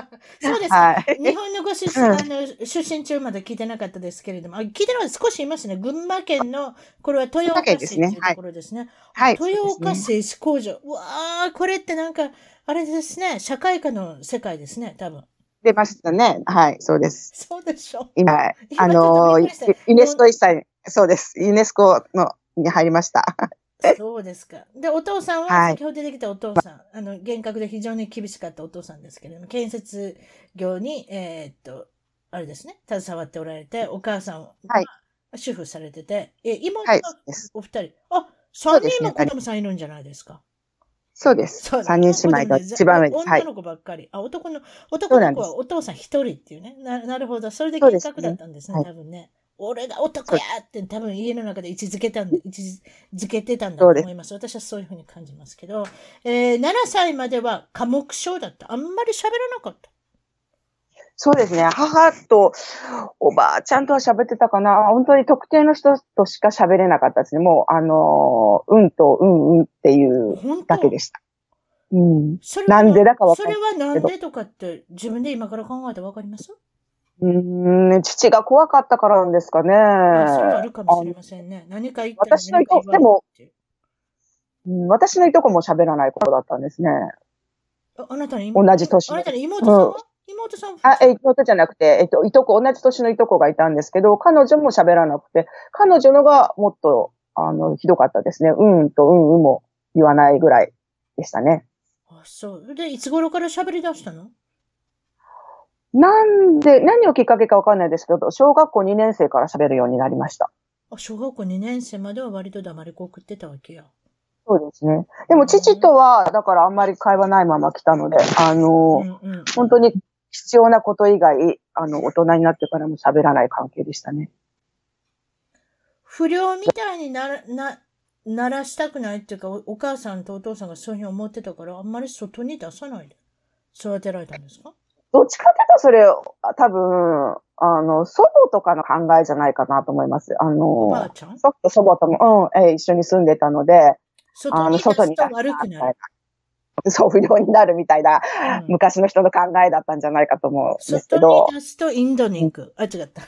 そうですか。はい、日本のご出身、あの、出身中まで聞いてなかったですけれども、あ聞いてるのは少しいますね。群馬県の、これは豊岡市というところですね。はい、豊岡製紙工場。うわー、これってなんか、あれですね。社会科の世界ですね、多分。 出ましたね。はい、そうです。 そうでしょ。 今、あの、ユネスコ一切、そうです。ユネスコのに入りました。 そうですか。で、お父さんは、先ほど出てきたお父さん、はい、あの、厳格で非常に厳しかったお父さんですけれども、建設業に、えー、っと、あれですね、携わっておられて、お母さんは主婦されてて、え、妹はお二人、はい、あ、三人も子供さんいるんじゃないですか。 そうです。三人姉妹が一番上です。 女の子ばっかり。はい、あ、男の、男の子はお父さん一人っていうね。な、なるほど。それで厳格だったんですね、すね多分ね。はい、俺が男やって多分家の中で位置づけたんで、位置づけてたんだと思います。私はそういうふうに感じますけど、えー、ななさいまでは寡黙症だった。あんまり喋らなかった。 そうですね。母とおばあちゃんとは喋ってたかな。本当に特定の人としか喋れなかったですね。もう、あの、うんとうんうんっていうだけでした。うん。なんでだかわかんない。それはなんでとかって自分で今から考えてわかります？ うーん、父が怖かったからなんですかね。 あ、それはあるかもしれませんね。何か言ったら私のいとこ、でも、うん、私のいとこも喋らない子だったんですね。 あ、あなたの妹同じ年あなたの妹さんは、うん、妹さんあ、え、妹じゃなくて、えっと、いとこ、同じ年のいとこがいたんですけど、彼女も喋らなくて、彼女のがもっと、あの、ひどかったですね。うんとうんうんも言わないぐらいでしたね。 あ、そう。で、いつ頃から喋り出したの？ なんで、何をきっかけかわかんないですけど、小学校にねん生から喋るようになりました。 あ、小学校にねん生までは割と黙りこくってたわけや。 そうですね。でも父とは、だからあんまり会話ないまま来たので、あの、うんうんうん、本当に必要なこと以外、あの、大人になってからも喋らない関係でしたね。 不良みたいにな、な、 鳴らしたくないっていうか、お、お母さんとお父さんがそういうふうに思ってたから、あんまり外に出さないで育てられたんですか？ どっちかっていうとそれ、多分、あの、祖母とかの考えじゃないかなと思います。あおばあの、 ちゃん祖父と祖母とも、うん、えー一緒に住んでたので、あの、 外に出すと外に出すな、 悪くなる。 みたいな。そう、不良になるみたいな、 うん。 昔の人の考えだったんじゃないかと思うんですけ外にど。 出すとインドにうん行く。あ、違った。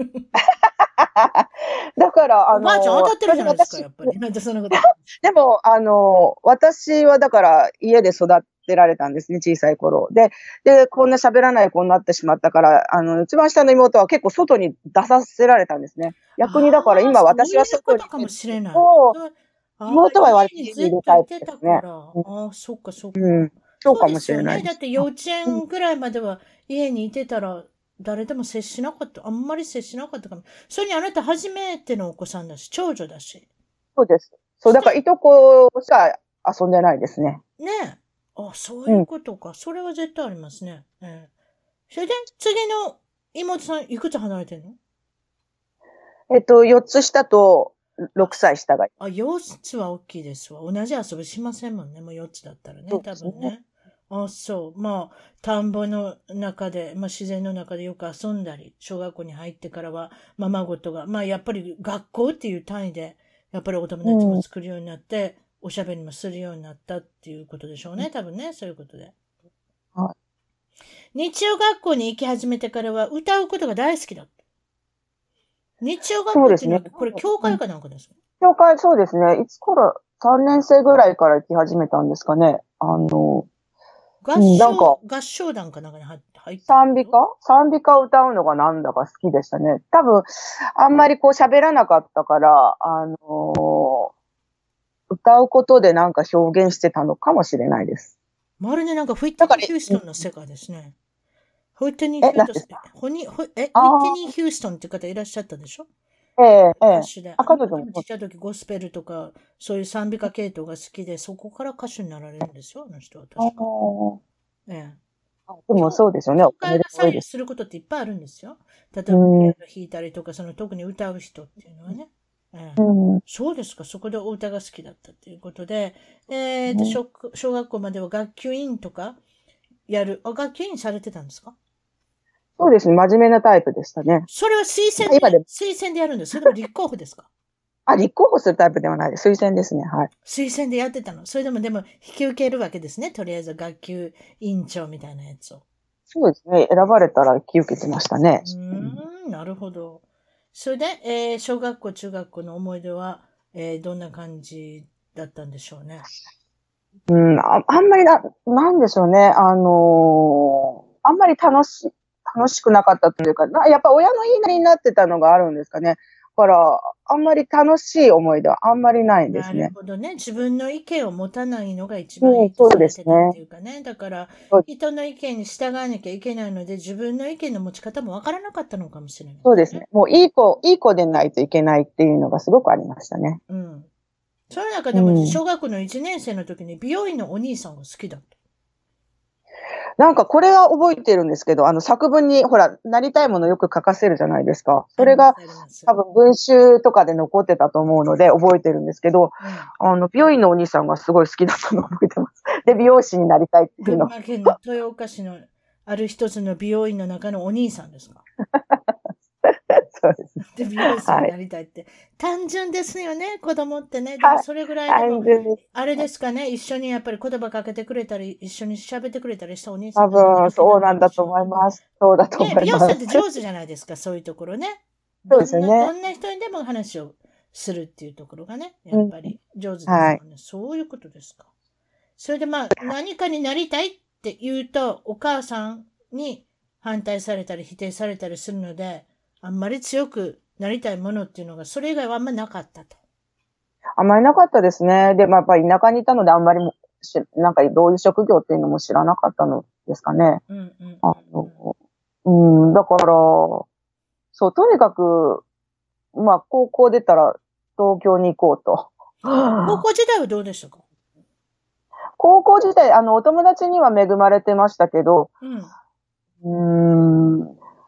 だから、あおばあちゃん当の、 たってそるじゃないですか、 れで私、 やっぱり。なんでそんなこと。 でも、あの、私はだから家で育てられたんですね、小さい頃。で、で、こんな喋らない子になってしまったから、あの、一番下の妹は結構外に出させられたんですね。逆にだからああ、 今私はそういうこ外に出るとかもしれない。 と、 そう、ああ、 妹は割と家に家にいずっといるタイプてたかですね。 ら。ああ、そっかそっか。 うん。そうそうかもしですよね。 れないです。 だって幼稚うん。 園ぐらいまでは家にいてたら誰でも接しなかった。あんまり接しなかったかも。それにあなた初めてのお子さんだし、長女だし。 そうです。そう、だからしいとこしか遊んでないですね。 て、ねえ。あ、そういううん。 ことか。それは絶対ありますね。ええ。それで、次の妹さんいくつ離れてんの？ えっと、よっつ下とあ、 ろくさい下がいあ、よっつは大きいですわ。同じ遊びしませんもんね。もうよっつだったらね、 そうですね。 多分ね。あ、そう。まあ、田んぼの中で、まあ自然の中でよく遊んだり、小学校に入ってからは、ままごとが、まあやっぱり学校っていう単位で、やっぱりお友達もうん。 作るようになって、おしゃべりもするようになったっていうことでしょうね。多分ね、そういうことで。 はい。 日曜学校に行き始めてからは歌うことが大好きだった。日曜学そうですね。 校っていうのは、これ教会かなんかですか？ 教会、そうですね。いつから、さんねん生ぐらいから行き始めたんですかね。あの、 合うん、なんか、 唱、合唱団かなんかに入入ったってこと？ 賛美歌賛美歌を歌うのがなんだか好きでしたね。多分、あんまりこう喋らなかったから、あの、歌うことでなんか表現してたのかもしれないです。 まるでなんかフィットニー・だから、 ヒューストンの世界ですね。フィットニー・え、 ヒューストン、 何ですか？ ほに、ほえ、 あフィットニー・あヒューストンって方いらっしゃったでしょ？ ー、ええ、ええ。 歌手で。 あ、 あの彼女もそう。 方もちっちゃい時ゴスペルとか、そういう賛美歌系統が好きで、そこから歌手になられるんですよ、あの人はあ確か。 ーええ。 あ、でも教、 そうですよね。お教会が金で多いです。 左右することっていっぱいあるんですよ。例えうば、ピアノん、 弾いたりとか、その特に歌う人っていうのはね。ええ。 うん、 そうですか。そこでお歌が好きだったということで、えっと、小、小学校までは学級委員とかやる。あ、学級委員されてたんですか？ そうですね。真面目なタイプでしたね。 それは推薦で、 今でも、 推薦でやるんです。それとも立候補ですか？ あ、立候補するタイプではないです。推薦ですね。はい。 推薦でやってたの。それでもでも引き受けるわけですね。とりあえず学級委員長みたいなやつを。 そうですね。選ばれたら引き受けてましたね。 ううん、 ーん、なるほど。それで、えー小学校、中学校の思い出は、えーどんな感じだったんでしょうね。 うんあ、あんまりな、なんでしょうね。あのーあんまり楽し、楽しくなかったというか、なやっぱ親の言いなりになってたのがあるんですかね。だから、あんまり楽しい思い出はあんまりないでなるすね。 ほどね。自分の意見を持たないのが一番うん、 いいとそうされてたってですね。 いうかね。だから、 そう人の意見に従わなきゃいけないので、自分の意見の持ち方もわからなかったのかもしれないですね。 そうですね。もういい子、いい子でないといけないっていうのがすごくありましたね。 うん。その中でも、 うん。 小学校のいちねん生の時に美容院のお兄さんが好きだった。 なんかこれは覚えてるんですけど、あの作文にほら、なりたいものよく書かせるじゃないですか。それがあります、あります。 多分文集とかで残ってたと思うので覚えてるんですけど、 うん。 あの、美容院のお兄さんがすごい好きだったのを覚えてます。で、美容師になりたいっていう群の。 馬県の豊岡市のある一つの美容院の中のお兄さんですか？ そうですね。 で、美容師にはい。 なりたいって。単純ですよね、子供ってね。でもはい。 それぐらいでも、 単純です。 あれですかね、一緒にやっぱり言葉かけてくれたり、一緒に喋ってくれたりしたお兄さ多んが分、 好きだったそうなんだとんでしょうね。 思います。そうだとね、 思い美容師さんってます。 上手じゃないですか、そういうところね。 そうでどんな、どすよね。 んな人にでも話をするっていうところがね、やうん。 っぱり上手ですはい。 もんね。そういうことですか。それでまあ、何かになりたいって言うと、お母さんに反対されたり否定されたりするので、あんまり強くなりたいものっていうのが、それ以外はあんまなかったと。 あんまりなかったですね。で、まあ、やっぱり田舎にいたので、あんまりもし、なんかどういう職業っていうのも知らなかったのですかね。 うんうんうんあうん。 の、うん、だから、そう、とにかく、まあ、高校出たら東京に行こうと。 高校時代はどうでしたか？ 高校時代、あの、お友達には恵まれてましたけど、 うん。 うーん、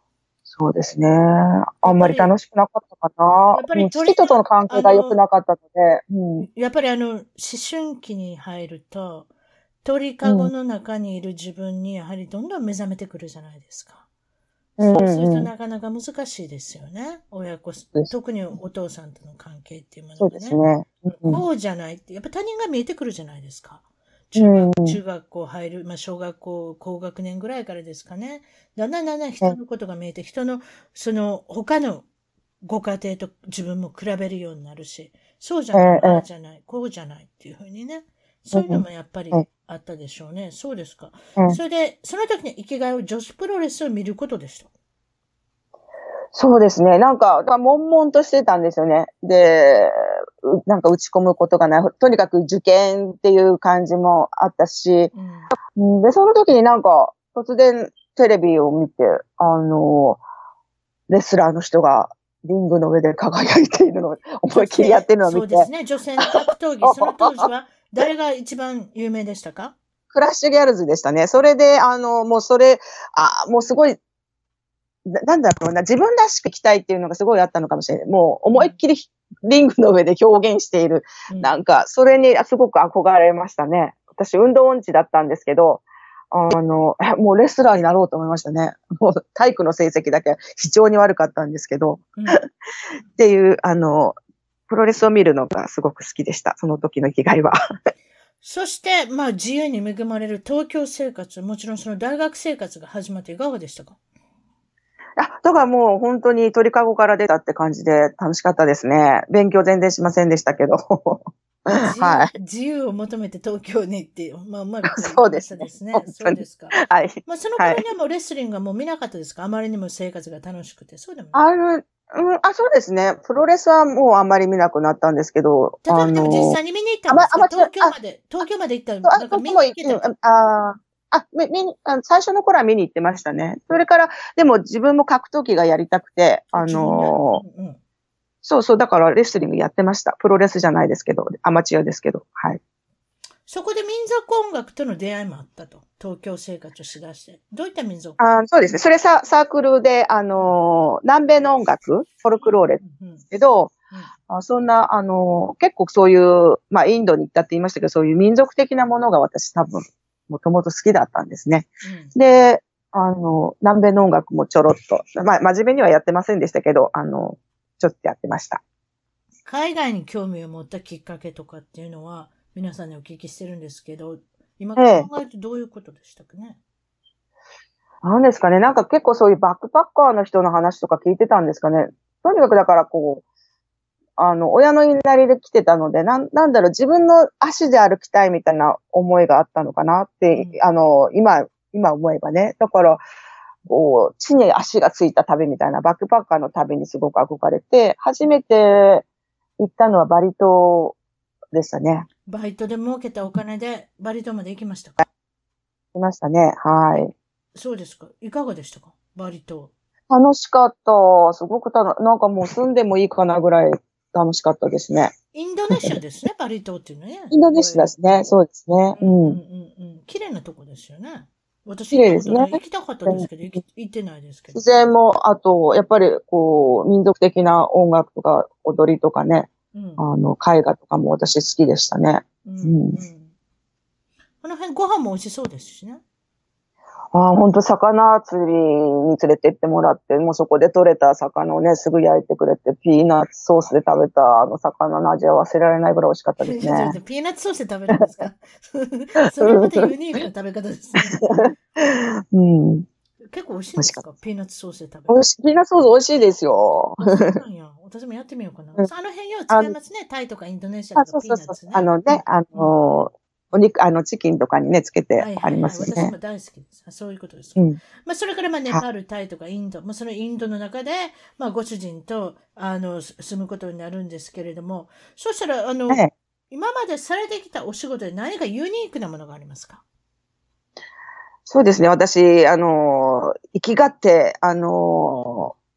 そうですね。あんまり楽しくなかったかな。 やっぱり人との関係が良くなかったので。 うん、やっぱりあの、思春期に入ると、鳥かごの中にいる自分にやはりどんどん目覚めてくるじゃないですか。うん、そうするとなかなか難しいですよね。親子、特にお父さんとの関係っていうものがね。そうですね。うん、こうじゃないって、やっぱ他人が見えてくるじゃないですか。中学、うん、中学校入る、まあ、小学校、高学年ぐらいからですかね。だんだんだんだん人のことが見えて、人の、その、他のご家庭と自分も比べるようになるし、そうじゃない、ああじゃない、こうじゃないっていうふうにね。そういうのもやっぱりあったでしょうね。そうですか。それで、その時に生きがいを女子プロレスを見ることでした。 そうですね。なんか、悶々としてたんですよね。で、なんか打ち込むことがない。とにかく受験っていう感じもあったし、うん、で、その時になんか、突然テレビを見て、あの、レスラーの人がリングの上で輝いているのを思いっきりやってるのを見て。 そうですね。女性の格闘技、その当時は誰が一番有名でしたか？ クラッシュギャルズでしたね。それで、あの、もうそれ、あ、もうすごい、なんだろうな、自分らしく生きたいっていうのがすごいあったのかもしれない。もう思いっきりリングの上で表現している。うん、なんか、それにすごく憧れましたね。私、運動音痴だったんですけど、あの、もうレスラーになろうと思いましたね。もう体育の成績だけ非常に悪かったんですけど。うん、っていう、あの、プロレスを見るのがすごく好きでした。その時の生きがいは。 そして、まあ、自由に恵まれる東京生活、もちろんその大学生活が始まっていかがでしたか？ あ、だからもう本当に鳥かごから出たって感じで楽しかったですね。勉強全然しませんでしたけど。 はい。自由を求めて東京に行って、まあ、うまくいきましたですね。そうですか。はい。まあ、その頃にはもうレスリングはもう見なかったですか？あまりにも生活が楽しくて。そうでもない。 ある、うん、あ、そうですね。プロレスはもうあんまり見なくなったんですけど。 例えばでも実際に見に行ったんですか？東京まで、東京まで行ったら、なんか見に行けたの？ ああ、み、み、最初の頃は見に行ってましたね。それから、でも自分も格闘技がやりたくて、あのーうんうん、そうそう、だからレスリングやってました。プロレスじゃないですけど、アマチュアですけど、はい。 そこで民族音楽との出会いもあったと。東京生活をしだして。どういった民族？ あ、そうですね。それササークルで、あのー、南米の音楽、フォルクローレですけど、うんうんうん、あそんな、あのー、結構そういう、まあ、インドに行ったって言いましたけど、そういう民族的なものが私多分、もともと好きだったんですね。うん、で、あの、南米の音楽もちょろっと、まあ、真面目にはやってませんでしたけど、あの、ちょっとやってました。 海外に興味を持ったきっかけとかっていうのは、皆さんにお聞きしてるんですけど、今考えるとどういうことでしたかね？ 何ですかね。なんか結構そういうバックパッカーの人の話とか聞いてたんですかね。とにかくだからこう、あの、親の言いなりで来てたので、なん、なんだろう、自分の足で歩きたいみたいな思いがあったのかなって、うん、あの、今、今思えばね。だから、こう、地に足がついた旅みたいな、バックパッカーの旅にすごく憧れて、初めて行ったのはバリ島でしたね。 バイトで儲けたお金でバリ島まで行きましたか？ 行きましたね。はい。 そうですか。いかがでしたか？バリ島。 楽しかった。すごくたの、なんかもう住んでもいいかなぐらい楽しかったですね。 インドネシアですね、バリ島っていうのね。 インドネシアですね。そうですね。うん。うんうんうん。綺麗なとこですよね。私行ったことない。行きたかったですけど、行ってないですけど。 自然も、あと、やっぱり、こう、民族的な音楽とか、踊りとかね、うん、あの、絵画とかも私好きでしたね。うん。うん、 この辺ご飯も美味しそうですしね。 ああ、ほんと魚釣りに連れて行ってもらって、もうそこで取れた魚をね、すぐ焼いてくれて、ピーナッツソースで食べたあの魚の味は忘れられないぐらい美味しかったですね。 ピーナッツソースで食べるんですか？それまたユニークな食べ方ですね。うん。結構美味しいですか？ピーナッツソースで食べる。 美味しい。ピーナッツソース美味しいですよ。 そうなんや。私もやってみようかな。うん、あの辺よう使いますね。タイとかインドネシアとかピーナッツね。 そうそうそう。あのね、あのー、お肉、あの、チキンとかにね、つけてありますね。はいはいはい、 私も大好きです。そういうことですか。うん、まあ、それから、まあ、ネパール、タイとかインド、まあ、そのインドの中で、まあ、ご主人と、あの、住むことになるんですけれども、そしたら、あの、はい、今までされてきたお仕事で何かユニークなものがありますか？ そうですね。私、あの、生きがって、あの、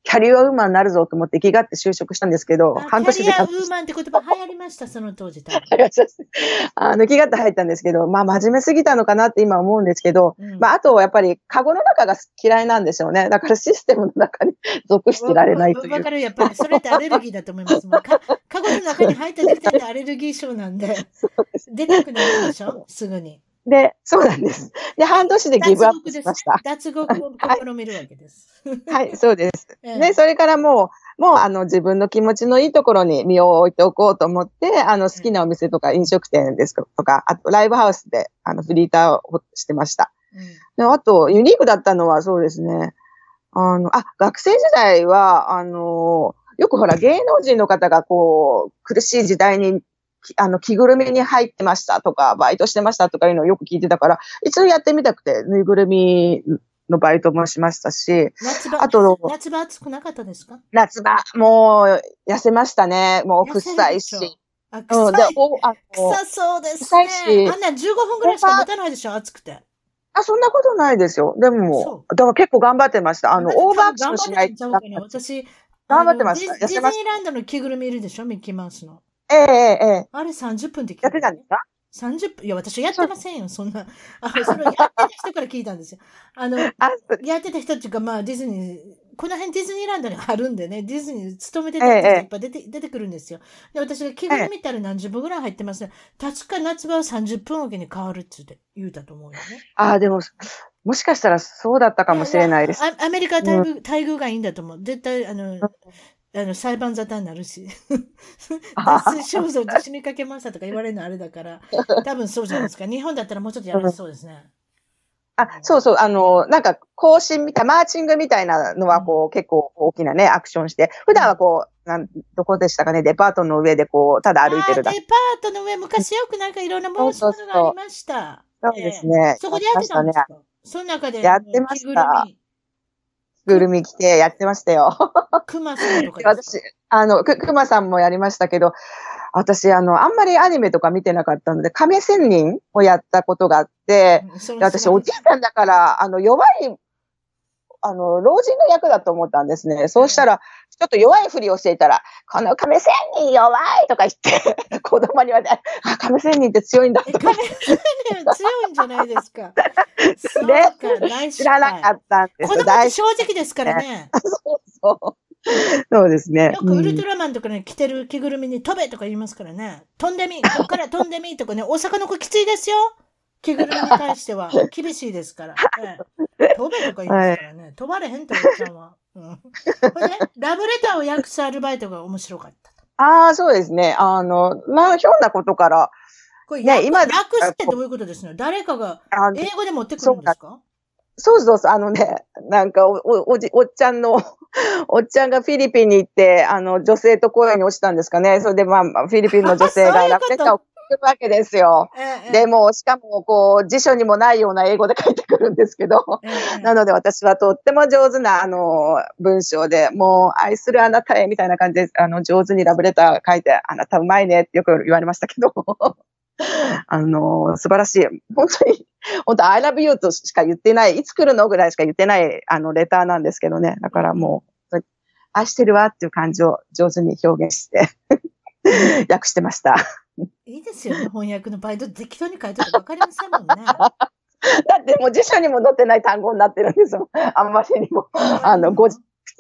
キャリアウーマンになるぞと思って気がって就職したんですけど、半年で。 キャリアウーマンって言葉流行りました、その当時。 あの、気がって入ったんですけど、まあ真面目すぎたのかなって今思うんですけど、うん、まああとやっぱりカゴの中が嫌いなんでしょうね。だからシステムの中に属してられないという。 わかる、やっぱりそれってアレルギーだと思います。もうかカゴの中に入った時点でアレルギー症なんで、出たくなるでしょ、すぐに。 で、そうなんです。で、半年でギブアップしました。 脱獄を試みるわけです。 はい、はい、そうです。ええ、で、それからもう、もうあの自分の気持ちのいいところに身を置いておこうと思って、あの好きなお店とか飲食店ですとか、あとライブハウスであのフリーターをしてました。うん、であと、ユニークだったのはそうですね。あの、あ、学生時代は、あの、よくほら芸能人の方がこう、苦しい時代にあの、着ぐるみに入ってましたとか、バイトしてましたとかいうのをよく聞いてたから、一度やってみたくて、ぬいぐるみのバイトもしましたし、 夏場、あと、夏場暑くなかったですか？ 夏場、もう、痩せましたね。もう、臭いし。 あ、臭い。うん、でおあ臭そうですね。臭いし。あんなじゅうごふんぐらいしか持たないでしょ、暑くて。 あ、そんなことないですよ。でも、だから結構頑張ってました。あの、オーバーアクションしない。 私、 頑張ってました。 ディズニーランドの着ぐるみいるでしょ、ミッキーマウスの。 ええええ。 あれさんじゅっぷんって聞いやってたんですか？ さんじゅっぷん。いや、私やってませんよ、そんな。あの、それをやってた人から聞いたんですよ。あの、あやってた人っていうか、まあ、ディズニー、この辺ディズニーランドにあるんでね、ディズニー勤めてた人がいっぱい出て、ええ、出てくるんですよ。で、私が着ぐるみたら何十分ぐらい入ってますね。確か夏場はさんじゅっぷんおきに変わるって言うたと思うよね。 ああ、でも、もしかしたらそうだったかもしれないです。 いやいやアメリカは待遇、うん、待遇がいいんだと思う。絶対、あの、うんあの、裁判沙汰になるし。脱水症状で死にかけましたとか言われるのあれだから、多分そうじゃないですか。日本だったらもうちょっとやられそうですね。 あ、そうそう、あの、なんか、行進みたい、マーチングみたいなのは、こう、うん、結構大きなね、アクションして、普段はこう、なん、どこでしたかね、デパートの上でこう、ただ歩いてるだけ。 デパートの上、昔よくなんかいろんな申し物がありました。 そうですね。 そこでやってたんですか？その中で、 やってました。ぐるみ着てやってましたよ。 クマさんとかですか？ 私、あの、く、くまさんもやりましたけど、私、あの、あんまりアニメとか見てなかったので、亀仙人をやったことがあって、うん、私、おじいさんだから、あの、弱い、あの、老人の役だと思ったんですね。そうしたら、ちょっと弱いふりをしていたら、この亀仙人弱いとか言って、子供に言われて、あ、亀仙人って強いんだとか。 亀仙人強いんじゃないですか。そうか、 大知らなかったんですよ。子供って正直ですからね。 そうそう。そうですね。 よくウルトラマンとかね、着てる着ぐるみに飛べとか言いますからね。飛んでみ、こっから飛んでみとかね、大阪の子きついですよ。着ぐるみに対しては。厳しいですから。ええ、飛べとか言いますからね。はい、飛ばれへんっておっちゃんは。うん。これね、ラブレターを訳すアルバイトが面白かったと。 ああ、そうですね。あの、まあ、ひょんなことから。 これ、ね、今、訳すってどういうことですの？誰かが英語で持ってくるんですか？ そうそうそう、あのね、なんかお、お、おじ、おっちゃんの、おっちゃんがフィリピンに行って、あの、女性と声に落ちたんですかね。それでまあ、フィリピンの女性がラブレターを送るわけですよ。ええ、で、もう、しかも、こう、辞書にもないような英語で書いてくるんですけど、え、なので私はとっても上手な、あの、文章で、もう、愛するあなたへ、みたいな感じで、あの、上手にラブレター書いて、あなたうまいねってよく言われましたけど、あの、素晴らしい。本当に、本当 I love you としか言ってない、いつ来るのぐらいしか言ってない、あの、レターなんですけどね。だからもう、愛してるわっていう感じを上手に表現して、訳してました。 いいですよね。翻訳のバイト適当に書いてて分かりませんもんね。 だってもう辞書にも載ってない単語になってるんですよ。あんまりにも。あの、ごじ、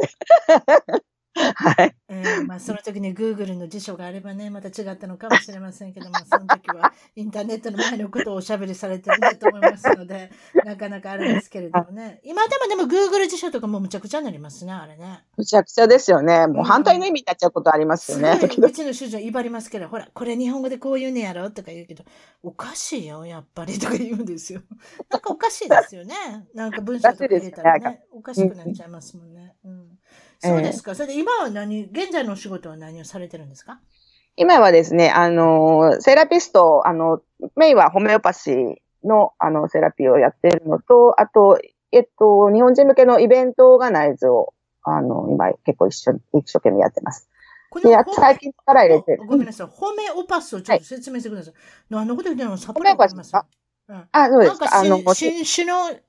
はい。 えー、まあその時に Google の辞書があればね、また違ったのかもしれませんけども、その時はインターネットの前のことをおしゃべりされてるんだと思いますので、なかなかあれですけれどもね。今でもでも Google 辞書とかもむちゃくちゃになりますね、あれね。 むちゃくちゃですよね。もう反対の意味になっちゃうことありますよね。 すごい、うちの主人威張りますけど、ほら、これ日本語でこう言うねやろとか言うけど、おかしいよ、やっぱりとか言うんですよ。なんかおかしいですよね。なんか文章とか入れたらね、おかしくなっちゃいますもんね。うん。そうですか。それで今は何、現在のお仕事は何をされてるんですか？ 今はですね、あの、セラピスト、あの、メインはホメオパシーの、あの、セラピーをやっているのと、あと、えっと、日本人向けのイベントオーガナイズを、あの、今結構一緒に、一生懸命やってます。で、最近力入れてる。 ごめんなさい。ホメオパスをちょっと説明してください。はい、何のこと言ってるの？サプライホメオパスですか？うん。あ、そうですか。 なんか、新種の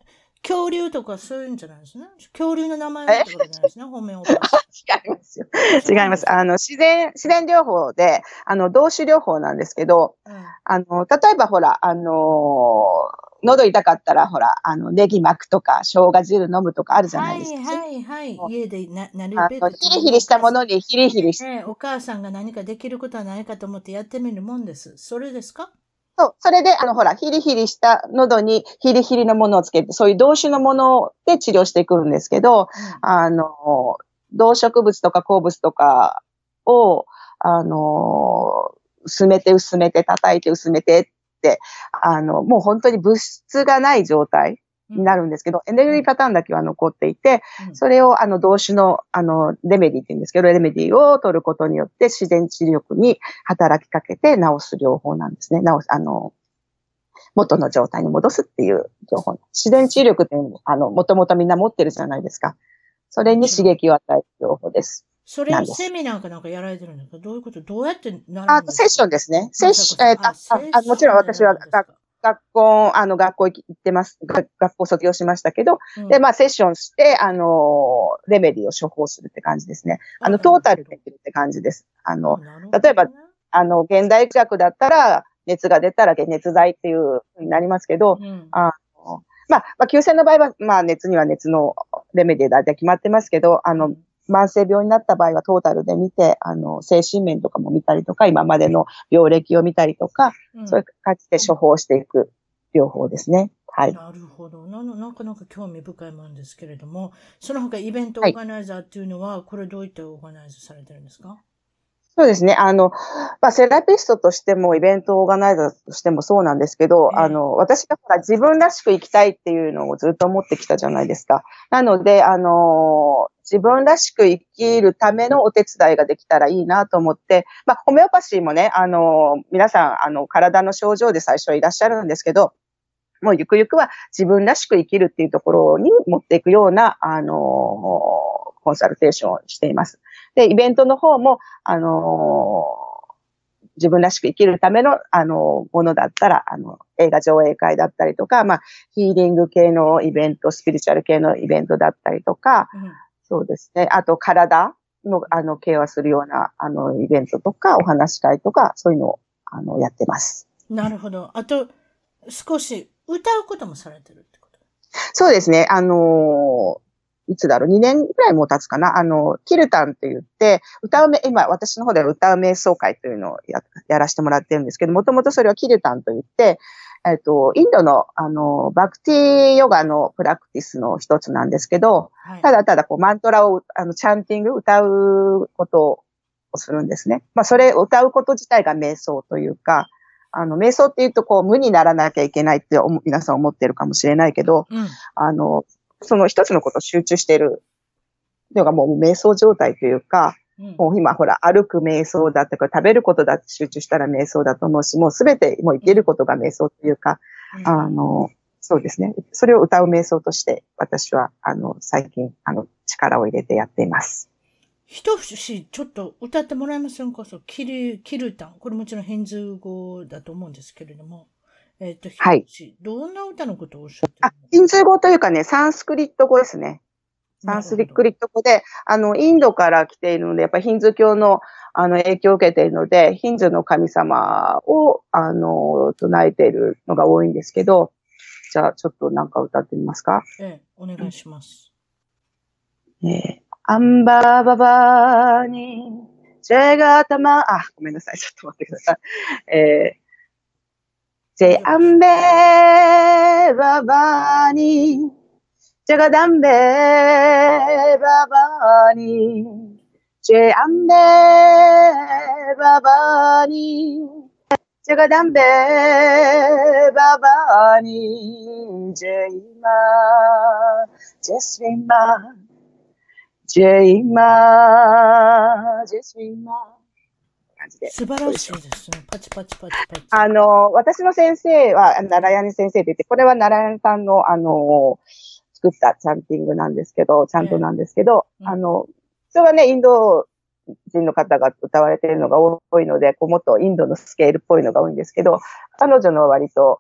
恐竜とかそういうんじゃないですね。恐竜の名前ってことじゃないですね、ホメオパシー。違いますよ。違います。あの、自然、自然療法で、あの、動詞療法なんですけど、うん、あの、例えばほら、あのー、喉痛かったら、ほら、あの、ネギ巻くとか、生姜汁飲むとかあるじゃないですか。 はいはいはい。家でな、なるべく。 ヒリヒリしたものにヒリヒリして、 ね。お母さんが何かできることはないかと思ってやってみるもんです。それですか？ そう。それで、あの、ほら、ヒリヒリした喉にヒリヒリのものをつけて、そういう動詞のもので治療していくんですけど、うん、あの、動植物とか鉱物とかを、あの、薄めて薄めて叩いて薄めてって、あの、もう本当に物質がない状態になるんですけど、うん、エネルギーパターンだけは残っていて、うん、それをあの動詞のあのレメディって言うんですけど、レメディを取ることによって自然治癒力に働きかけて治す療法なんですね。治す、あの、元の状態に戻すっていう療法。自然治癒力ってあの、もともとみんな持ってるじゃないですか。それに刺激を与える療法です。 それをセミナーかなんかやられてるんですか？どういうこと？どうやってなるんですか？あ、 セッションですね。セッション、えー、ああ、もちろん私は学校、あの、学校行ってます。学校卒業しましたけど、うん、で、まあ、セッションして、あの、レメディを処方するって感じですね。あの、トータルできるって感じです。あの、ね、例えば、あの、現代学だったら、熱が出たら解熱剤っていうふうになりますけど、うん、あのまあ、まあ、急性の場合は、まあ、熱には熱のレメディだって決まってますけど、あの、うん、慢性病になった場合はトータルで見て、あの、精神面とかも見たりとか、今までの病歴を見たりとか、うん、そういう感じで処方していく療法ですね。はい。 なるほど。な、なかなか興味深いもんですけれども、その他イベントオーガナイザーっていうのは、はい、これどういったオーガナイズされてるんですか？ そうですね。あの、まあ、セラピストとしても、イベントオーガナイザーとしてもそうなんですけど、えー、あの、私が自分らしく生きたいっていうのをずっと思ってきたじゃないですか。なので、あの、自分らしく生きるためのお手伝いができたらいいなと思って、まあ、ホメオパシーもね、あの、皆さん、あの、体の症状で最初はいらっしゃるんですけど、もうゆくゆくは自分らしく生きるっていうところに持っていくような、あの、コンサルテーションをしています。で、イベントの方も、あの、自分らしく生きるための、あの、ものだったら、あの、映画上映会だったりとか、まあ、ヒーリング系のイベント、スピリチュアル系のイベントだったりとか、うん、そうですね。あと、体の、あの、ケアするような、あの、イベントとか、お話し会とか、そういうのを、あの、やってます。 なるほど。あと、少し歌うこともされてるってこと？ そうですね。あのー、いつだろう、にねんくらいもう経つかな。あの、キルタンって言って、歌うめ、今、私の方では歌う瞑想会というのをや、やらせてもらってるんですけど、もともとそれはキルタンと言って、えっと、インドの、あの、バクティヨガのプラクティスの一つなんですけど、はい、ただただこう、マントラを、あの、チャンティング、歌うことをするんですね。まあ、それ、歌うこと自体が瞑想というか、あの、瞑想って言うと、こう、無にならなきゃいけないって皆さん思ってるかもしれないけど、うん、あの、その一つのことを集中しているのがもう瞑想状態というか、うん、もう今ほら、歩く瞑想だとか、食べることだって集中したら瞑想だと思うし、もうすべてもう生きることが瞑想というか、うん、あの、そうですね。それを歌う瞑想として、私は、あの、最近、あの、力を入れてやっています。 一節ちょっと歌ってもらえませんか？そう、キル、キルタン。これもちろんヘンズ語だと思うんですけれども。えっと、はい。どんな歌のことをおっしゃってるの？あ、 ヒンズー語というかね、サンスクリット語ですね。サンスクリット語で、あの、インドから来ているので、やっぱりヒンズー教の、あの、影響を受けているので、ヒンズーの神様を、あの、唱えているのが多いんですけど、じゃあ、ちょっとなんか歌ってみますか？ ええ、お願いします。 えー、アンバーババーに、ジェガタマ、あ、ごめんなさい、ちょっと待ってください。えージェアンベーババーニ、ジャガダンベーババーニ、ジェアンベーババーニ、ジャガダンベーババーニ、ジェイマー、ジェスリンマー、ジェイマー、ジェスリンマー。 素晴らしいですね。パチパチパチパチ。 あの、私の先生は、ナラヤニ先生って言って、これはナラヤニさんの、あの、作ったチャンティングなんですけど、ちゃんとなんですけど、えーうん、あの、普通はね、インド人の方が歌われているのが多いので、こうもっとインドのスケールっぽいのが多いんですけど、彼女の割と、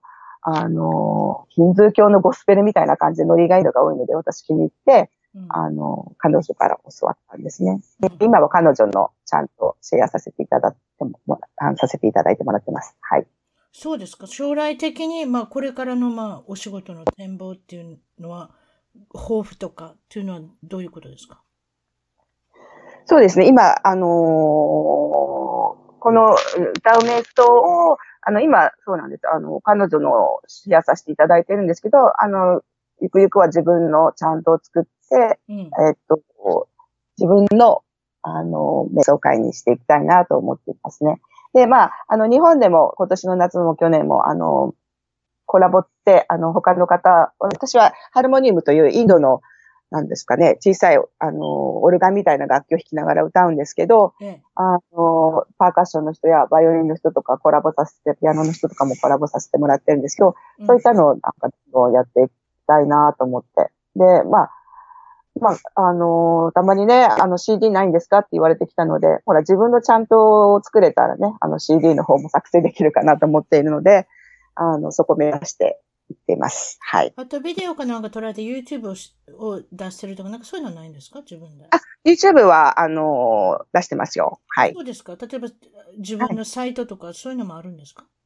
あの、ヒンズー教のゴスペルみたいな感じでノリがいいのが多いので、私気に入って、うん、あの、彼女から教わったんですね。で、今は彼女のちゃんとシェアさせていただいても、させていただいてもらってます。はい。 そうですか。将来的に、まあ、これからの、まあ、お仕事の展望っていうのは、抱負とかっていうのはどういうことですか？ そうですね。今、あのー、この歌う瞑想を、あの、今、そうなんです。あの、彼女のシェアさせていただいてるんですけど、あの、ゆくゆくは自分のちゃんとを作って、うん、えっと、自分の、あの、瞑想会にしていきたいなと思っていますね。で、まあ、あの、日本でも今年の夏も去年も、あの、コラボって、あの、他の方、私はハルモニウムというインドの、なんですかね、小さい、あの、オルガンみたいな楽器を弾きながら歌うんですけど、うん、あの、パーカッションの人やバイオリンの人とかコラボさせて、ピアノの人とかもコラボさせてもらってるんですけど、うん、そういったのをなんかやっていきたいなと思って。で、まあ、まあ、あの、たまにね、あの シーディー ないんですかって言われてきたので、ほら、自分のちゃんと作れたらね、あの シーディー の方も作成できるかなと思っているので、あの、そこを目指していっています。はい。 あと、ビデオかなんか撮られて YouTube を, を出してるとか、なんかそういうのはないんですか？自分で。 あ、YouTube は、あの、出してますよ。はい。 そうですか。例えば、自分のサイトとか、そういうのもあるんですか？はい、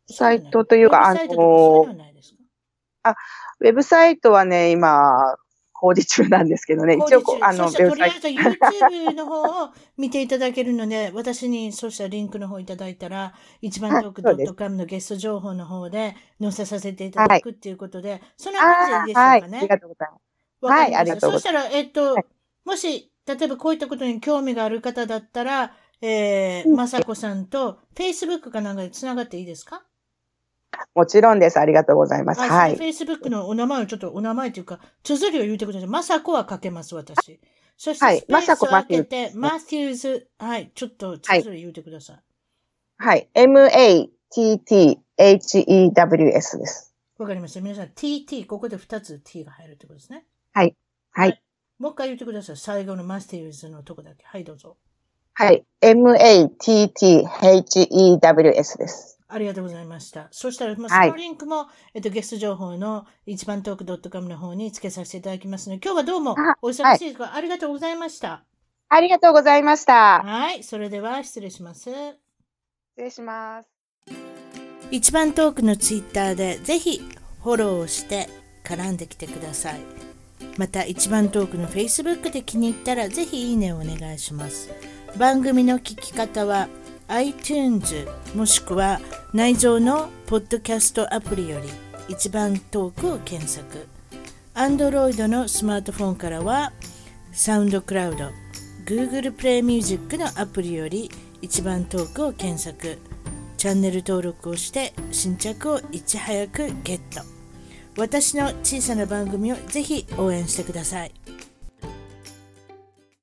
サイトというか、 あの、そういうのはないですか？ あ、ウェブサイトはね、今、工事中なんですけどね。 一応、あの、とりあえず YouTube の方を見ていただけるので、私にそうしたリンクの方いただいたら、一番トーク .com のゲスト情報の方で載せさせていただくっていうことで、はい、そんな感じでいいでしょうかね。はい、ありがとうございます。 はい、ありがとうございます。そしたら、えっと、はい、もし、例えばこういったことに興味がある方だったら、えー、まさこさんと Facebook かなんかでつながっていいですか？ もちろんです。ありがとうございます。はい。 フェイスブックのお名前をちょっと、お名前というか、綴りを言ってください。まさこは書けます、私。そして、スペースを開けて、マシューズ、はい、ちょっと綴り言ってください。 はい。エムエーティーティーエイチイーダブリューエス です。 わかりました。皆さん、ティーティー、ここでふたつ T が入るってことですね。 はい。はい。はい、 もう一回言ってください。最後のマスティーズのとこだけ。はい、どうぞ。 はい。エムエーティーティーエイチイーダブリューエス です。 ありがとうございました。そしたら、まあ、そのリンクも、はい、えっと、ゲスト情報の一番トーク .com の方に付けさせていただきますので、今日はどうもお忙しいですが、はい、ありがとうございました。 ありがとうございました。 はい。それでは失礼します。失礼します。 一番トークのツイッターでぜひフォローをして絡んできてください。また一番トークの Facebook で気に入ったらぜひいいねをお願いします。番組の聞き方はiTunes もしくは内蔵のポッドキャストアプリより一番トークを検索。Android のスマートフォンからはサウンドクラウド、Google プレイミュージックのアプリより一番トークを検索。チャンネル登録をして新着をいち早くゲット。私の小さな番組をぜひ応援してください。